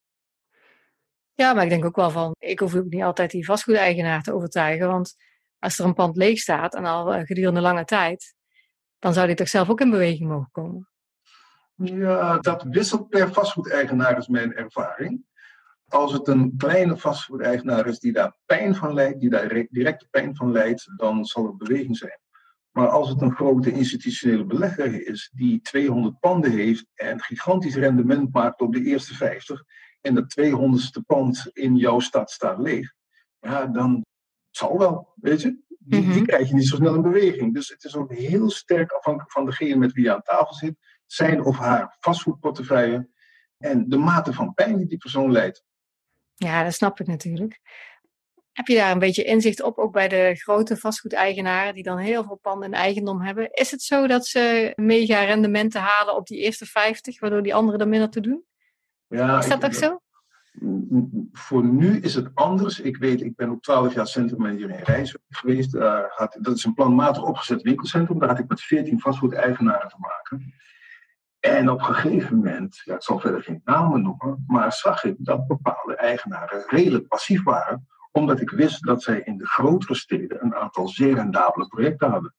Ja, maar ik denk ook wel van, ik hoef ook niet altijd die vastgoedeigenaar te overtuigen, want als er een pand leeg staat en al gedurende lange tijd, dan zou die toch zelf ook in beweging mogen komen? Ja, dat wisselt per vastgoedeigenaar is mijn ervaring. Als het een kleine vastgoedeigenaar is die daar pijn van lijdt, die daar directe pijn van lijdt, dan zal er beweging zijn. Maar als het een grote institutionele belegger is die tweehonderd panden heeft en gigantisch rendement maakt op de eerste vijftig en dat tweehonderdste pand in jouw stad staat leeg, ja, dan zal wel, weet je. Die, mm-hmm. die krijg je niet zo snel in beweging. Dus het is ook heel sterk afhankelijk van degene met wie je aan tafel zit, zijn of haar vastgoedportefeuille en de mate van pijn die die persoon lijdt. Ja, dat snap ik natuurlijk. Heb je daar een beetje inzicht op, ook bij de grote vastgoedeigenaren die dan heel veel panden in eigendom hebben? Is het zo dat ze mega rendementen halen op die eerste vijftig, waardoor die anderen er minder te doen? Ja, is dat ik, ook zo? Voor nu is het anders. Ik weet, ik ben ook twaalf jaar centrummanager in Rijswijk geweest. Uh, had, dat is een planmatig opgezet winkelcentrum. Daar had ik met veertien vastgoedeigenaren te maken. En op een gegeven moment, ja, ik zal verder geen namen noemen, maar zag ik dat bepaalde eigenaren redelijk passief waren, omdat ik wist dat zij in de grotere steden een aantal zeer rendabele projecten hadden.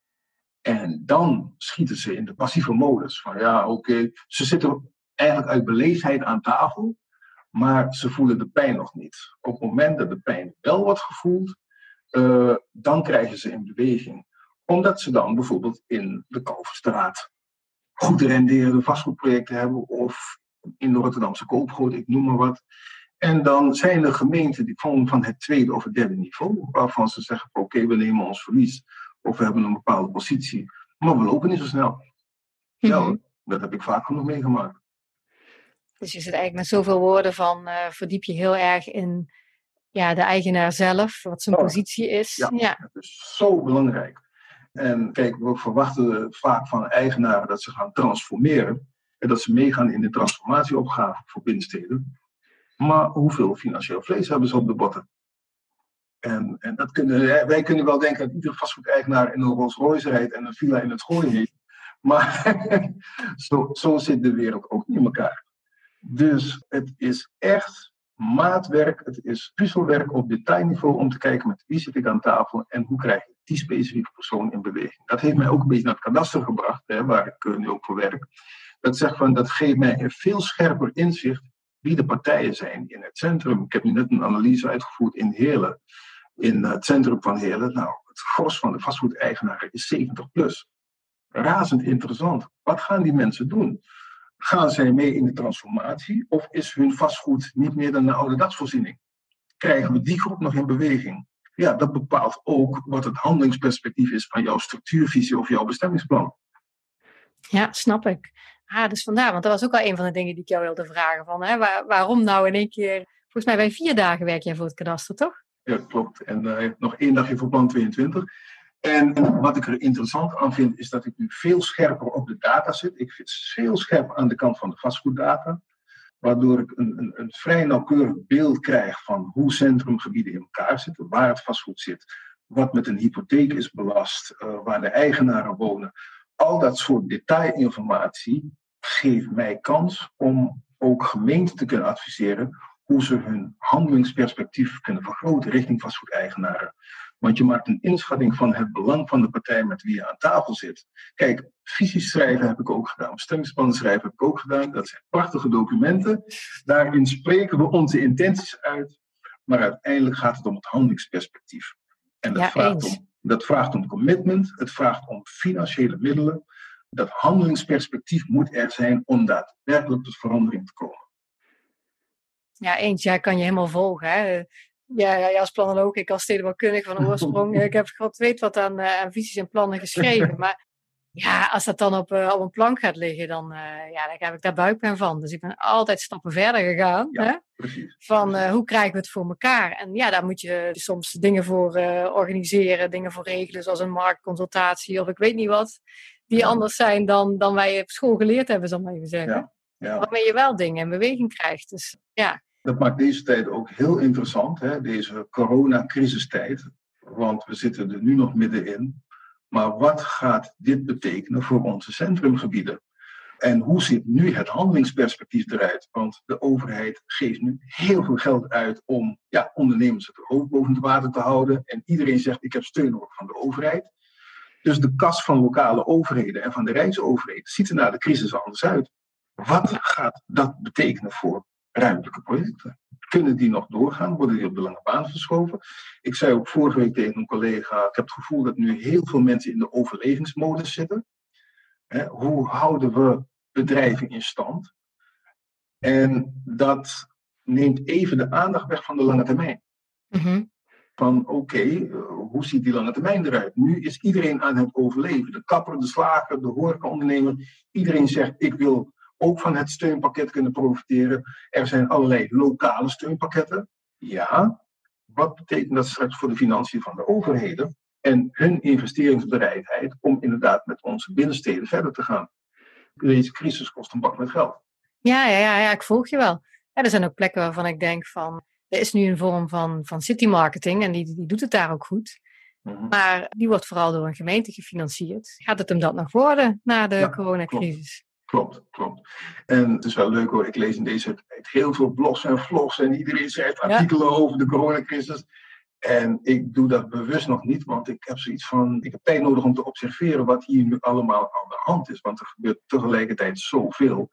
En dan schieten ze in de passieve modus van ja, oké, okay, ze zitten eigenlijk uit beleefdheid aan tafel, maar ze voelen de pijn nog niet. Op het moment dat de pijn wel wordt gevoeld, uh, dan krijgen ze in beweging. Omdat ze dan bijvoorbeeld in de Kalverstraat goed renderende vastgoedprojecten hebben of in de Rotterdamse Koopgoot, ik noem maar wat. En dan zijn er gemeenten die van, van het tweede of het derde niveau, waarvan ze zeggen, oké, okay, we nemen ons verlies of we hebben een bepaalde positie, maar we lopen niet zo snel. Ja, mm-hmm. Dat heb ik vaak genoeg meegemaakt. Dus je zit eigenlijk met zoveel woorden van uh, verdiep je heel erg in ja, de eigenaar zelf, wat zijn oh, positie is. Ja, ja, dat is zo belangrijk. En kijk, we verwachten vaak van eigenaren dat ze gaan transformeren en dat ze meegaan in de transformatieopgave voor binnensteden. Maar hoeveel financieel vlees hebben ze op de botten? En, en dat kunnen, wij kunnen wel denken dat iedere vastgoedeigenaar in een Rolls Royce rijdt en een villa in het Gooi heeft. Maar zo, zo zit de wereld ook niet in elkaar. Dus het is echt maatwerk, het is puzzelwerk op detailniveau om te kijken met wie zit ik aan tafel en hoe krijg ik die specifieke persoon in beweging. Dat heeft mij ook een beetje naar het kadaster gebracht, hè, waar ik uh, nu ook voor werk. Dat zegt van, dat geeft mij een veel scherper inzicht wie de partijen zijn in het centrum. Ik heb nu net een analyse uitgevoerd in Heerlen, in het centrum van Heerlen. Nou, het gros van de vastgoedeigenaren is zeventig plus. Razend interessant. Wat gaan die mensen doen? Gaan zij mee in de transformatie of is hun vastgoed niet meer dan een oude dagsvoorziening? Krijgen we die groep nog in beweging? Ja, dat bepaalt ook wat het handelingsperspectief is van jouw structuurvisie of jouw bestemmingsplan. Ja, snap ik. Ah, dus vandaar, want dat was ook al een van de dingen die ik jou wilde vragen. Van, hè, waar, waarom nou in één keer, volgens mij bij vier dagen werk jij voor het kadaster, toch? Ja, klopt. En uh, nog één dagje voor plan tweeëntwintig. En wat ik er interessant aan vind, is dat ik nu veel scherper op de data zit. Ik zit heel scherp aan de kant van de vastgoeddata. Waardoor ik een, een, een vrij nauwkeurig beeld krijg van hoe centrumgebieden in elkaar zitten. Waar het vastgoed zit. Wat met een hypotheek is belast. Uh, waar de eigenaren wonen. Al dat soort detailinformatie geeft mij kans om ook gemeenten te kunnen adviseren. Hoe ze hun handelingsperspectief kunnen vergroten richting vastgoedeigenaren. Want je maakt een inschatting van het belang van de partij met wie je aan tafel zit. Kijk, visies schrijven heb ik ook gedaan. Bestemmingsplannen schrijven heb ik ook gedaan. Dat zijn prachtige documenten. Daarin spreken we onze intenties uit. Maar uiteindelijk gaat het om het handelingsperspectief. En dat, ja, vraagt, om, dat vraagt om commitment. Het vraagt om financiële middelen. Dat handelingsperspectief moet er zijn om daadwerkelijk tot verandering te komen. Ja, eens. Ja, kan je helemaal volgen. Hè? Ja, ja, als planoloog, ik als stedenbouwkundige van oorsprong, ik heb god weet wat aan, uh, aan visies en plannen geschreven. Maar ja, als dat dan op, uh, op een plank gaat liggen, dan, uh, ja, dan heb ik daar buikpijn van. Dus ik ben altijd stappen verder gegaan. Ja, hè? Precies. Van uh, hoe krijgen we het voor elkaar? En ja, daar moet je soms dingen voor uh, organiseren, dingen voor regelen, zoals een marktconsultatie of ik weet niet wat. Die ja. anders zijn dan, dan wij op school geleerd hebben, zal ik maar even zeggen. Ja. Ja. Waarmee je wel dingen in beweging krijgt. Dus ja. Dat maakt deze tijd ook heel interessant, hè? Deze coronacrisistijd. Want we zitten er nu nog middenin. Maar wat gaat dit betekenen voor onze centrumgebieden? En hoe ziet nu het handelingsperspectief eruit? Want de overheid geeft nu heel veel geld uit om ja, ondernemers het hoofd boven het water te houden. En iedereen zegt, ik heb steun nodig van de overheid. Dus de kas van lokale overheden en van de rijksoverheden ziet er na de crisis anders uit. Wat gaat dat betekenen voor ruimtelijke projecten? Kunnen die nog doorgaan? Worden die op de lange baan verschoven? Ik zei ook vorige week tegen een collega, ik heb het gevoel dat nu heel veel mensen in de overlevingsmodus zitten. He, hoe houden we bedrijven in stand? En dat neemt even de aandacht weg van de lange termijn. Mm-hmm. Van oké, okay, uh, hoe ziet die lange termijn eruit? Nu is iedereen aan het overleven. De kapper, de slager, de horecaondernemer. Iedereen zegt, ik wil ook van het steunpakket kunnen profiteren. Er zijn allerlei lokale steunpakketten. Ja, wat betekent dat straks voor de financiën van de overheden en hun investeringsbereidheid om inderdaad met onze binnensteden verder te gaan? Deze crisis kost een bak met geld. Ja, ja, ja, ja, ik volg je wel. Ja, er zijn ook plekken waarvan ik denk van, er is nu een vorm van, van city marketing en die, die doet het daar ook goed. Mm-hmm. Maar die wordt vooral door een gemeente gefinancierd. Gaat het hem dat nog worden na de Ja, coronacrisis? Klopt. Klopt, klopt. En het is wel leuk hoor, ik lees in deze tijd heel veel blogs en vlogs en iedereen schrijft artikelen ja. over de coronacrisis. En ik doe dat bewust nog niet, want ik heb zoiets van, ik heb tijd nodig om te observeren wat hier nu allemaal aan de hand is. Want er gebeurt tegelijkertijd zoveel.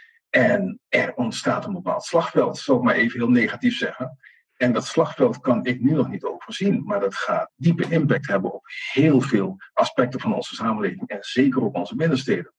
En er ontstaat een bepaald slagveld, zal ik maar even heel negatief zeggen. En dat slagveld kan ik nu nog niet overzien, maar dat gaat diepe impact hebben op heel veel aspecten van onze samenleving en zeker op onze binnensteden.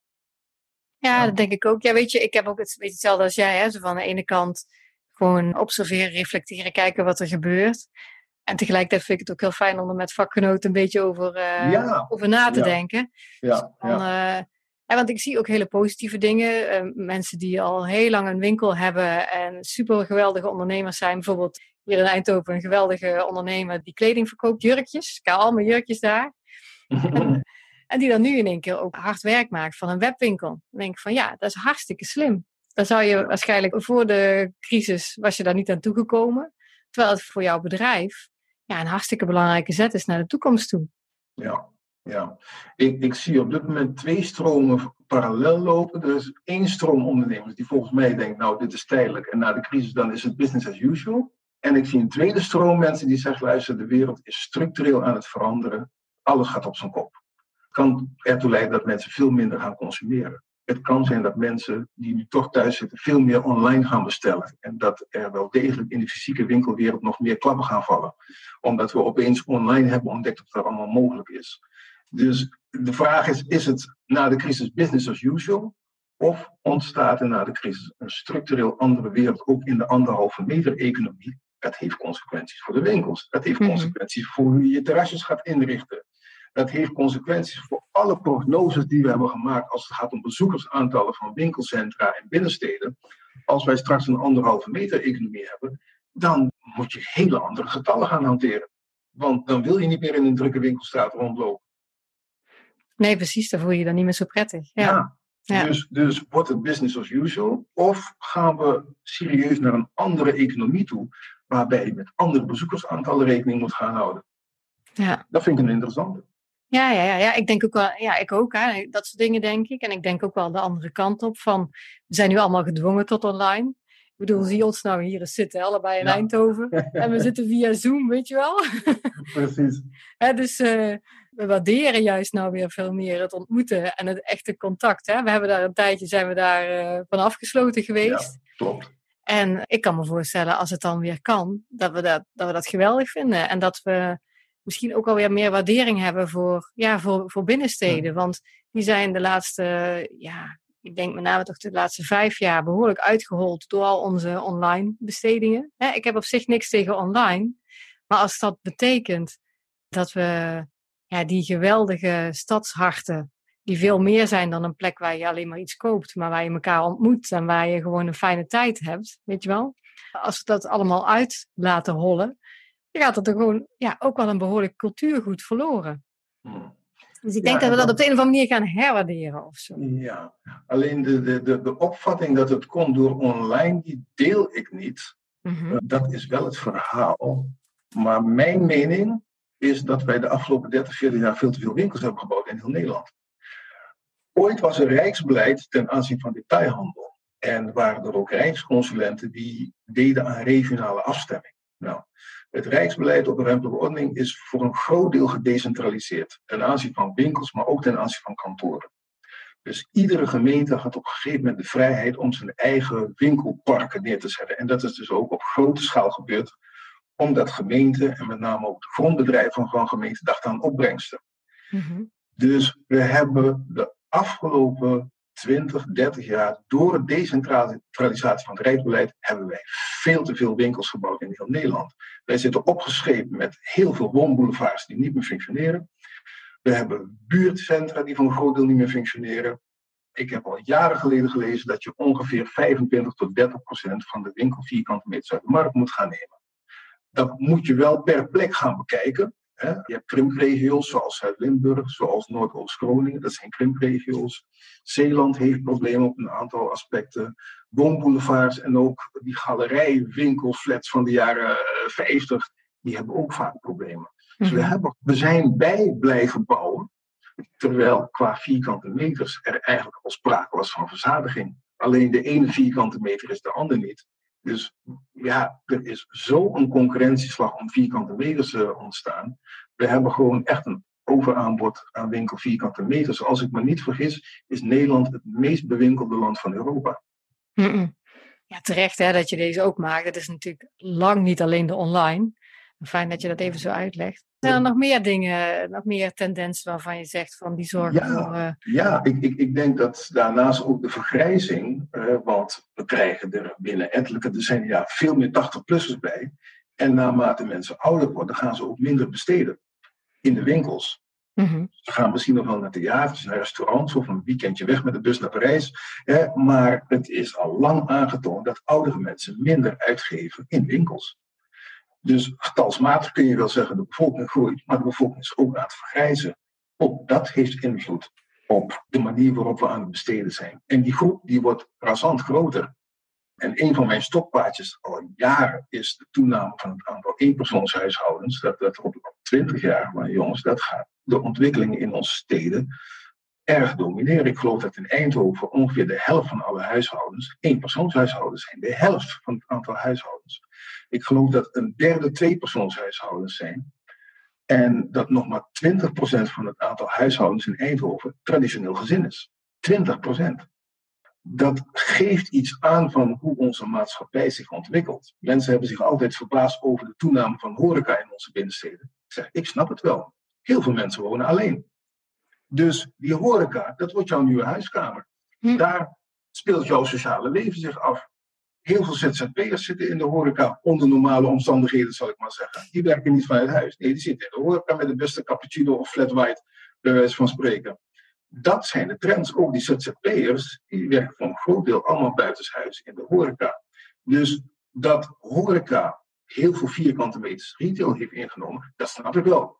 Ja, dat denk ik ook. Ja, weet je, ik heb ook het beetje hetzelfde als jij. Hè? Zo van aan de ene kant gewoon observeren, reflecteren, kijken wat er gebeurt. En tegelijkertijd vind ik het ook heel fijn om er met vakgenoten een beetje over, uh, ja. over na te ja. denken. Ja. Dus dan, ja. Uh, ja, want ik zie ook hele positieve dingen. Uh, mensen die al heel lang een winkel hebben en super geweldige ondernemers zijn. Bijvoorbeeld hier in Eindhoven een geweldige ondernemer die kleding verkoopt, jurkjes. Ik haal al mijn jurkjes daar. en, en die dan nu in één keer ook hard werk maakt van een webwinkel. Dan denk ik van ja, dat is hartstikke slim. Dan zou je waarschijnlijk voor de crisis was je daar niet aan toegekomen. Terwijl het voor jouw bedrijf ja, een hartstikke belangrijke zet is naar de toekomst toe. Ja, ja. Ik, ik zie op dit moment twee stromen parallel lopen. Er is één stroom ondernemers die volgens mij denkt, nou dit is tijdelijk. En na de crisis dan is het business as usual. En ik zie een tweede stroom mensen die zeggen, luister, de wereld is structureel aan het veranderen. Alles gaat op zijn kop. Het kan ertoe leiden dat mensen veel minder gaan consumeren. Het kan zijn dat mensen die nu toch thuis zitten veel meer online gaan bestellen. En dat er wel degelijk in de fysieke winkelwereld nog meer klappen gaan vallen. Omdat we opeens online hebben ontdekt dat dat allemaal mogelijk is. Dus de vraag is, is het na de crisis business as usual? Of ontstaat er na de crisis een structureel andere wereld, ook in de anderhalve meter economie? Dat heeft consequenties voor de winkels. Dat heeft mm-hmm. consequenties voor hoe je je terrasjes gaat inrichten. Dat heeft consequenties voor alle prognoses die we hebben gemaakt als het gaat om bezoekersaantallen van winkelcentra en binnensteden. Als wij straks een anderhalve meter economie hebben, dan moet je hele andere getallen gaan hanteren. Want dan wil je niet meer in een drukke winkelstraat rondlopen. Nee, precies, dan voel je je dan niet meer zo prettig. Ja, ja, ja. Dus, dus wordt het business as usual? Of gaan we serieus naar een andere economie toe, waarbij je met andere bezoekersaantallen rekening moet gaan houden? Ja. Dat vind ik een interessante. Ja, ja, ja, ja, ik denk ook wel, ja, ik ook, hè, dat soort dingen denk ik. En ik denk ook wel de andere kant op van, we zijn nu allemaal gedwongen tot online. Ik bedoel, zie ons nou hier eens zitten, allebei in ja. Eindhoven. En we zitten via Zoom, weet je wel. Precies. Hè, dus uh, we waarderen juist nou weer veel meer het ontmoeten en het echte contact. Hè. We hebben daar een tijdje, zijn we daar uh, van afgesloten geweest. Ja, klopt. En ik kan me voorstellen, als het dan weer kan, dat we dat, dat we dat geweldig vinden. En dat we misschien ook alweer meer waardering hebben voor, ja, voor, voor binnensteden. Ja. Want die zijn de laatste, ja, ik denk met name toch de laatste vijf jaar behoorlijk uitgehold door al onze online bestedingen. Hè, ik heb op zich niks tegen online. Maar als dat betekent dat we ja, die geweldige stadsharten, die veel meer zijn dan een plek waar je alleen maar iets koopt, maar waar je elkaar ontmoet en waar je gewoon een fijne tijd hebt, weet je wel. Als we dat allemaal uit laten hollen, dan gaat er gewoon ja, ook wel een behoorlijk cultuurgoed verloren. Hmm. Dus ik denk ja, dat we dat, dat op de een of andere manier gaan herwaarderen of zo. Ja, alleen de, de, de, de opvatting dat het komt door online, die deel ik niet. Mm-hmm. Uh, dat is wel het verhaal. Maar mijn mening is dat wij de afgelopen dertig, veertig jaar veel te veel winkels hebben gebouwd in heel Nederland. Ooit was er rijksbeleid ten aanzien van detailhandel. En waren er ook rijksconsulenten die deden aan regionale afstemming. Nou, het rijksbeleid op de ruimtelijke ordening is voor een groot deel gedecentraliseerd. Ten aanzien van winkels, maar ook ten aanzien van kantoren. Dus iedere gemeente had op een gegeven moment de vrijheid om zijn eigen winkelparken neer te zetten. En dat is dus ook op grote schaal gebeurd. Omdat gemeenten, en met name ook de grondbedrijven van gemeenten, dachten aan opbrengsten. Mm-hmm. Dus we hebben de afgelopen twintig, dertig jaar, door de decentralisatie van het rijksbeleid, hebben wij veel te veel winkels gebouwd in heel Nederland. Wij zitten opgescheept met heel veel woonboulevards die niet meer functioneren. We hebben buurtcentra die voor een groot deel niet meer functioneren. Ik heb al jaren geleden gelezen dat je ongeveer vijfentwintig tot dertig procent van de winkelvierkante meters uit de markt moet gaan nemen. Dat moet je wel per plek gaan bekijken. Hè? Je hebt krimpregio's zoals Zuid-Limburg, zoals Noordoost-Groningen. Dat zijn krimpregio's. Zeeland heeft problemen op een aantal aspecten. Woonboulevards en ook die galerijwinkelflats van de jaren vijftig, die hebben ook vaak problemen. Dus we, hebben, we zijn bij blijven bouwen, terwijl qua vierkante meters er eigenlijk al sprake was van verzadiging. Alleen de ene vierkante meter is de ander niet. Dus ja, er is zo'n concurrentieslag om vierkante meters uh, ontstaan. We hebben gewoon echt een overaanbod aan winkel vierkante meters. Als ik me niet vergis, is Nederland het meest bewinkelde land van Europa. Mm-mm. Ja, terecht hè, dat je deze ook maakt. Het is natuurlijk lang niet alleen de online. Fijn dat je dat even zo uitlegt. Zijn er nog meer dingen, nog meer tendensen waarvan je zegt van die zorgen ja, voor... Uh... Ja, ik, ik, ik denk dat daarnaast ook de vergrijzing, uh, want we krijgen er binnen ettelijke decennia veel meer tachtig-plussers bij. En naarmate mensen ouder worden, gaan ze ook minder besteden in de winkels. Mm-hmm. Ze gaan misschien nog wel naar theaters, naar restaurants of een weekendje weg met de bus naar Parijs. Hè, maar het is al lang aangetoond dat oudere mensen minder uitgeven in winkels. Dus getalsmatig kun je wel zeggen de bevolking groeit, maar de bevolking is ook aan het vergrijzen. Ook dat heeft invloed op de manier waarop we aan het besteden zijn. En die groep die wordt rasant groter. En een van mijn stokpaardjes al jaren is de toename van het aantal eenpersoonshuishoudens. Dat, dat op twintig jaar, maar jongens, dat gaat de ontwikkelingen in onze steden erg domineren. Ik geloof dat in Eindhoven ongeveer de helft van alle huishoudens eenpersoonshuishoudens zijn. De helft van het aantal huishoudens. Ik geloof dat een derde tweepersoonshuishoudens zijn. En dat nog maar twintig procent van het aantal huishoudens in Eindhoven traditioneel gezin is. twintig procent. Dat geeft iets aan van hoe onze maatschappij zich ontwikkelt. Mensen hebben zich altijd verbaasd over de toename van horeca in onze binnensteden. Ik zeg, ik snap het wel. Heel veel mensen wonen alleen. Dus die horeca, dat wordt jouw nieuwe huiskamer. Hm. Daar speelt jouw sociale leven zich af. Heel veel Z Z P'ers zitten in de horeca onder normale omstandigheden, zal ik maar zeggen. Die werken niet vanuit huis. Nee, die zitten in de horeca met de beste cappuccino of flat white, bij wijze van spreken. Dat zijn de trends. Ook die Z Z P'ers, die werken voor een groot deel allemaal buitenshuis in de horeca. Dus dat horeca heel veel vierkante meters retail heeft ingenomen, dat snap ik wel.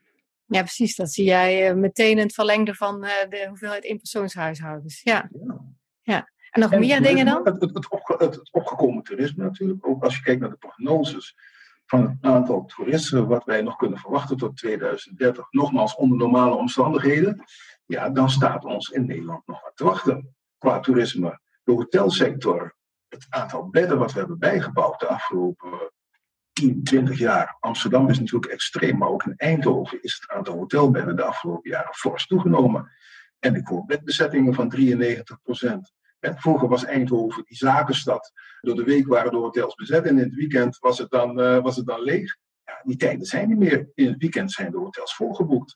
Ja, precies. Dat zie jij meteen in het verlengde van de hoeveelheid eenpersoonshuishoudens. Ja. Ja. Ja. En nog en meer toerisme, dingen dan? Het, het, het, opge, het, het opgekomen toerisme natuurlijk. Ook als je kijkt naar de prognoses van het aantal toeristen wat wij nog kunnen verwachten tot tweeduizend dertig. Nogmaals, onder normale omstandigheden. Ja, dan staat ons in Nederland nog wat te wachten. Qua toerisme. De hotelsector. Het aantal bedden wat we hebben bijgebouwd de afgelopen tien, twintig jaar. Amsterdam is natuurlijk extreem, maar ook in Eindhoven is het aantal hotelbedden de afgelopen jaren fors toegenomen. En ik hoor bedbezettingen van drieënnegentig procent. En vroeger was Eindhoven die zakenstad. Door de week waren de hotels bezet en in het weekend was het dan, uh, was het dan leeg. Ja, die tijden zijn niet meer. In het weekend zijn de hotels volgeboekt.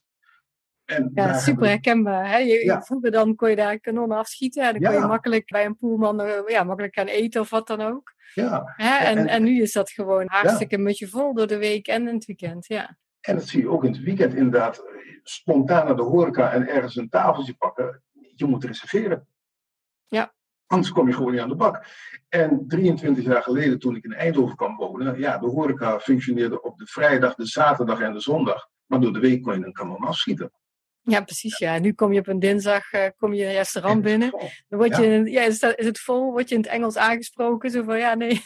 En ja, super we... herkenbaar. Hè? Je, ja. Vroeger dan kon je daar kanonnen afschieten. En dan kon ja. je makkelijk bij een poelman uh, ja, makkelijk gaan eten of wat dan ook. Ja. Hè? En, en, en nu is dat gewoon hartstikke ja. mutje vol door de week en in het weekend. Ja. En dat zie je ook in het weekend inderdaad. Spontaan naar de horeca en ergens een tafeltje pakken. Je moet reserveren. Ja. Anders kom je gewoon niet aan de bak. En drieëntwintig jaar geleden, toen ik in Eindhoven kwam wonen, ja, de horeca functioneerde op de vrijdag, de zaterdag en de zondag. Maar door de week kon je een kanon afschieten. Ja, precies. Ja. Nu kom je op een dinsdag, uh, kom je een restaurant binnen. Dan word je, ja. ja, is, dat, is het vol? Word je in het Engels aangesproken? Zo van, ja, nee.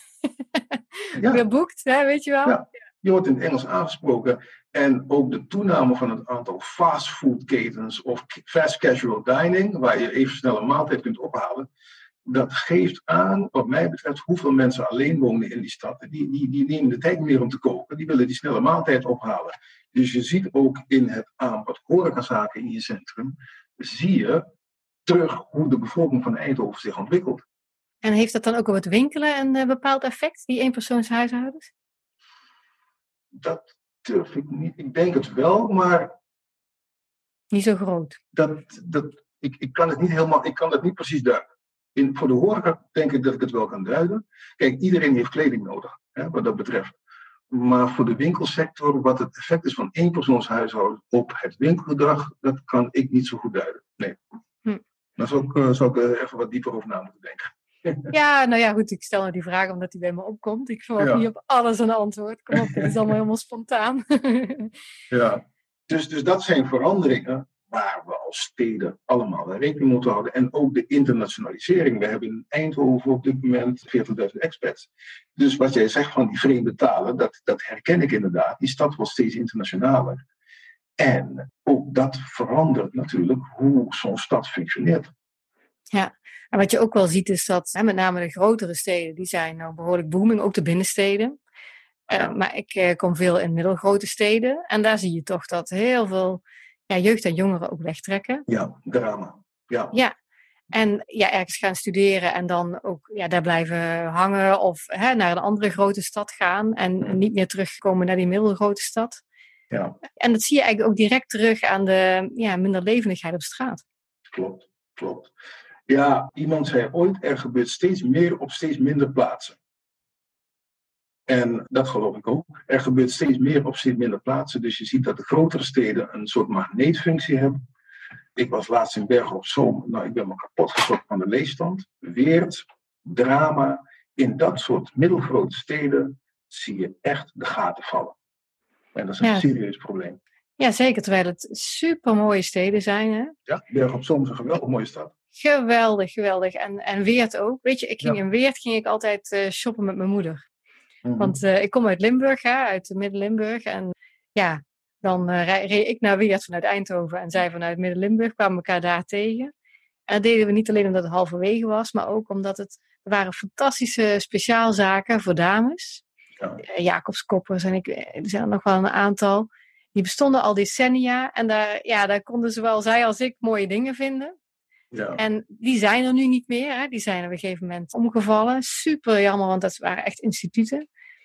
Ja. Weer boekt, hè, weet je wel? Ja. Je wordt in het Engels aangesproken. En ook de toename van het aantal fastfoodketens of fast casual dining, waar je even snel een maaltijd kunt ophalen. Dat geeft aan, wat mij betreft, hoeveel mensen alleen wonen in die stad. Die, die, die nemen de tijd niet meer om te koken. Die willen die snelle maaltijd ophalen. Dus je ziet ook in het aanbod horecazaken in je centrum, zie je terug hoe de bevolking van Eindhoven zich ontwikkelt. En heeft dat dan ook op het winkelen een uh, bepaald effect, die eenpersoonshuishoudens? Dat durf ik niet. Ik denk het wel, maar... Niet zo groot. Dat, dat, ik, ik kan het niet helemaal, ik kan het niet precies duiden. In, voor de horeca denk ik dat ik het wel kan duiden. Kijk, iedereen heeft kleding nodig, hè, wat dat betreft. Maar voor de winkelsector, wat het effect is van eenpersoonshuishouden op het winkelgedrag, dat kan ik niet zo goed duiden. Nee. Hm. Daar zou ik, uh, zou ik uh, even wat dieper over na moeten denken. Ja, nou ja, goed, ik stel nou die vraag omdat die bij me opkomt. Ik verwacht Ja. niet op alles een antwoord. Kom op, dit is allemaal helemaal spontaan. Ja. Dus, dus dat zijn veranderingen waar we als steden allemaal rekening moeten houden. En ook de internationalisering. We hebben in Eindhoven op dit moment veertigduizend expats. Dus wat jij zegt van die vreemde talen, dat, dat herken ik inderdaad. Die stad wordt steeds internationaler. En ook dat verandert natuurlijk hoe zo'n stad functioneert. Ja, en wat je ook wel ziet is dat hè, met name de grotere steden, die zijn nou behoorlijk booming, ook de binnensteden. Uh, maar ik uh, kom veel in middelgrote steden en daar zie je toch dat heel veel ja, jeugd en jongeren ook wegtrekken. Ja, drama. Ja. Ja, en ja, ergens gaan studeren en dan ook ja, daar blijven hangen of hè, naar een andere grote stad gaan en hmm. niet meer terugkomen naar die middelgrote stad. Ja. En dat zie je eigenlijk ook direct terug aan de ja, minder levendigheid op straat. Klopt, klopt. Ja, iemand zei ooit, er gebeurt steeds meer op steeds minder plaatsen. En dat geloof ik ook. Er gebeurt steeds meer op steeds minder plaatsen. Dus je ziet dat de grotere steden een soort magneetfunctie hebben. Ik was laatst in Bergen op Zoom. Nou, ik ben me kapot geschrokken van de leesstand. Weert, drama. In dat soort middelgrote steden zie je echt de gaten vallen. En dat is een ja. serieus probleem. Ja, zeker. Terwijl het super mooie steden zijn. Hè? Ja, Bergen op Zoom is een geweldig mooie stad. Geweldig, geweldig. En, en Weert ook. Weet je, ik ging ja. in Weert ging ik altijd uh, shoppen met mijn moeder. Mm-hmm. Want uh, ik kom uit Limburg, hè, uit Midden-Limburg. En ja, dan uh, reed ik naar Weert vanuit Eindhoven en zij vanuit Midden-Limburg. Kwamen elkaar daar tegen. En dat deden we niet alleen omdat het halverwege was, maar ook omdat het er waren fantastische speciaalzaken voor dames. Ja. Uh, Jacobs Koppers en ik, er zijn er nog wel een aantal. Die bestonden al decennia. En daar, ja, daar konden zowel zij als ik mooie dingen vinden. Ja. En die zijn er nu niet meer. Hè. Die zijn op een gegeven moment omgevallen. Super jammer, want dat waren echt instituten.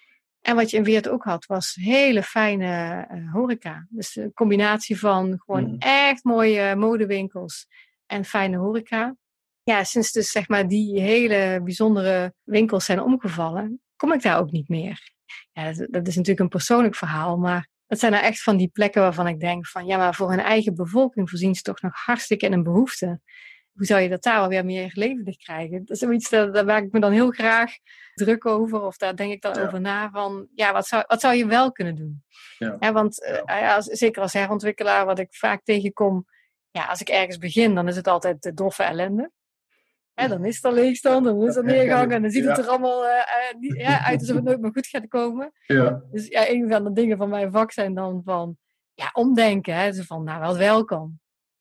En wat je in Weert ook had, was hele fijne uh, horeca. Dus een combinatie van gewoon mm. echt mooie modewinkels en fijne horeca. Ja, sinds dus zeg maar die hele bijzondere winkels zijn omgevallen, kom ik daar ook niet meer. Ja, dat, dat is natuurlijk een persoonlijk verhaal, maar dat zijn nou echt van die plekken waarvan ik denk van ja, maar voor hun eigen bevolking voorzien ze toch nog hartstikke in een behoefte. Hoe zou je dat daar alweer meer levendig krijgen? Dat is zoiets, daar, daar maak ik me dan heel graag druk over. Of daar denk ik dan ja. over na van, ja, wat zou, wat zou je wel kunnen doen? Ja. Ja, want ja. Uh, als, zeker als herontwikkelaar, wat ik vaak tegenkom, ja, als ik ergens begin, dan is het altijd de doffe ellende. Ja, dan is het al leegstand, dan is het neergang en dan ziet het ja. er allemaal uh, uh, niet, ja, uit alsof het nooit meer goed gaat komen. Ja. Dus ja, een van de dingen van mijn vak zijn dan van, ja, omdenken. Hè, dus van, nou, wel welkom.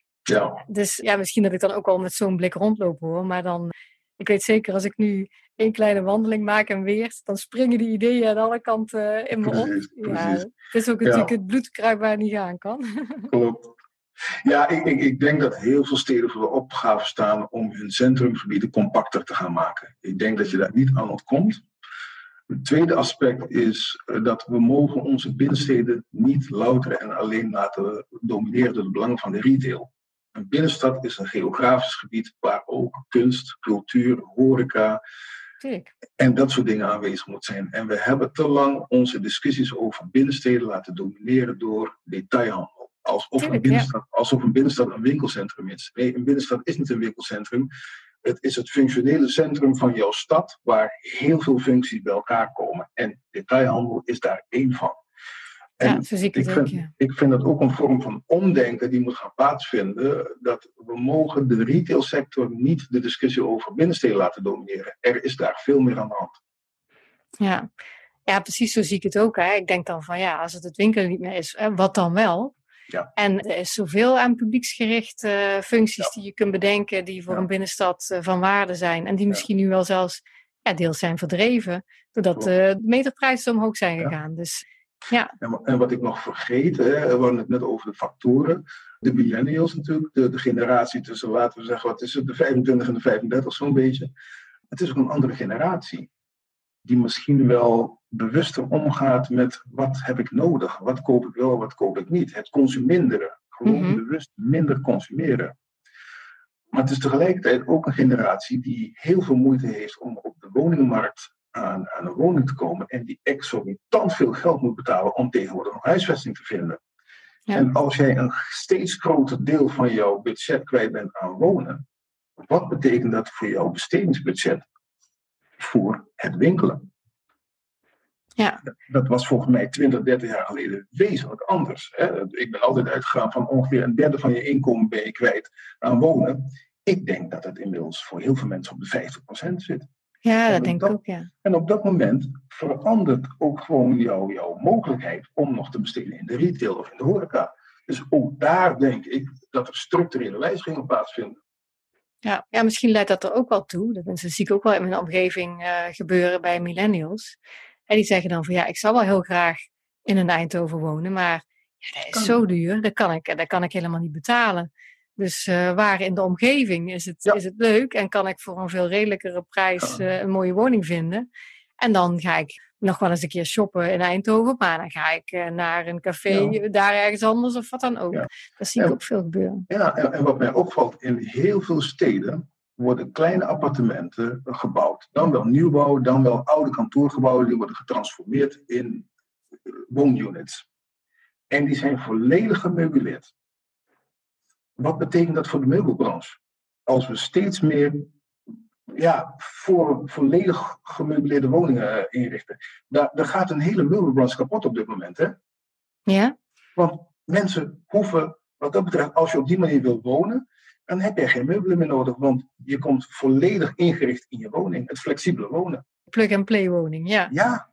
Ja. Dus ja, misschien dat ik dan ook al met zo'n blik rondloop hoor. Maar dan, ik weet zeker als ik nu één kleine wandeling maak en Weert, dan springen die ideeën aan alle kanten in me precies, op. Precies. Ja, het is ook ja. natuurlijk het bloedkruip waar niet aan kan. Klopt. Ja, ik, ik, ik denk dat heel veel steden voor de opgave staan om hun centrumgebieden compacter te gaan maken. Ik denk dat je daar niet aan ontkomt. Het tweede aspect is dat we mogen onze binnensteden niet louter en alleen laten domineren door de belangen van de retail. Een binnenstad is een geografisch gebied waar ook kunst, cultuur, horeca Kijk. en dat soort dingen aanwezig moet zijn. En we hebben te lang onze discussies over binnensteden laten domineren door detailhandel. Alsof, Kijk, een binnenstad, ja. alsof een binnenstad een winkelcentrum is. Nee, een binnenstad is niet een winkelcentrum. Het is het functionele centrum van jouw stad waar heel veel functies bij elkaar komen. En detailhandel is daar één van. En ja, zo zie ik het ik, ook, vind, ja. ik vind dat ook een vorm van omdenken die moet gaan plaatsvinden. Dat we mogen de retailsector niet de discussie over binnensteden laten domineren. Er is daar veel meer aan de hand. Ja, ja precies zo zie ik het ook. Hè. Ik denk dan van ja, als het het winkelen niet meer is, wat dan wel? Ja. En er is zoveel aan publieksgerichte functies ja. die je kunt bedenken, die voor ja. een binnenstad uh, van waarde zijn. En die misschien ja. nu wel zelfs ja, deels zijn verdreven, doordat uh, de meterprijzen omhoog zijn gegaan. Ja. Dus, ja. En, en wat ik nog vergeet, hè, we hadden het net over de factoren. De millennials natuurlijk, de, de generatie tussen, laten we zeggen, wat is het, de vijfentwintig en de vijfendertig zo'n beetje. Het is ook een andere generatie. Die misschien wel bewuster omgaat met wat heb ik nodig, wat koop ik wel, wat koop ik niet. Het consuminderen, gewoon mm-hmm. bewust minder consumeren. Maar het is tegelijkertijd ook een generatie die heel veel moeite heeft om op de woningmarkt aan, aan een woning te komen en die exorbitant veel geld moet betalen om tegenwoordig een huisvesting te vinden. Ja. En als jij een steeds groter deel van jouw budget kwijt bent aan wonen, wat betekent dat voor jouw bestedingsbudget? voor het winkelen. Ja. Dat was volgens mij twintig, dertig jaar geleden wezenlijk anders. Hè? Ik ben altijd uitgegaan van ongeveer een derde van je inkomen ben je kwijt aan wonen. Ik denk dat het inmiddels voor heel veel mensen op de vijftig procent zit. Ja, en dat denk dat, ik ook, ja. En op dat moment verandert ook gewoon jouw, jouw mogelijkheid om nog te besteden in de retail of in de horeca. Dus ook daar denk ik dat er structurele wijzigingen plaatsvinden. Ja, ja, misschien leidt dat er ook wel toe. Dat mensen zie ik ook wel in mijn omgeving uh, gebeuren bij millennials. En die zeggen dan van ja, ik zou wel heel graag in een Eindhoven wonen, maar ja, dat is kan. zo duur, dat kan ik, dat kan ik helemaal niet betalen. Dus uh, waar in de omgeving is het, ja. is het leuk en kan ik voor een veel redelijkere prijs uh, een mooie woning vinden. En dan ga ik nog wel eens een keer shoppen in Eindhoven, maar dan ga ik uh, naar een café ja. daar ergens anders of wat dan ook. Ja. Dat zie ik en, ook veel gebeuren. Ja, en, en wat mij opvalt, in heel veel steden worden kleine appartementen gebouwd. Dan wel nieuwbouw, dan wel oude kantoorgebouwen, die worden getransformeerd in woonunits. En die zijn volledig gemeubileerd. Wat betekent dat voor de meubelbranche? Als we steeds meer ja, voor volledig gemeubileerde woningen inrichten. Daar, daar gaat een hele meubelbranche kapot op dit moment. Hè? Ja. Want mensen hoeven, wat dat betreft, als je op die manier wil wonen, dan heb je geen meubelen meer nodig. Want je komt volledig ingericht in je woning. Het flexibele wonen. Plug-and-play woning, ja. Ja.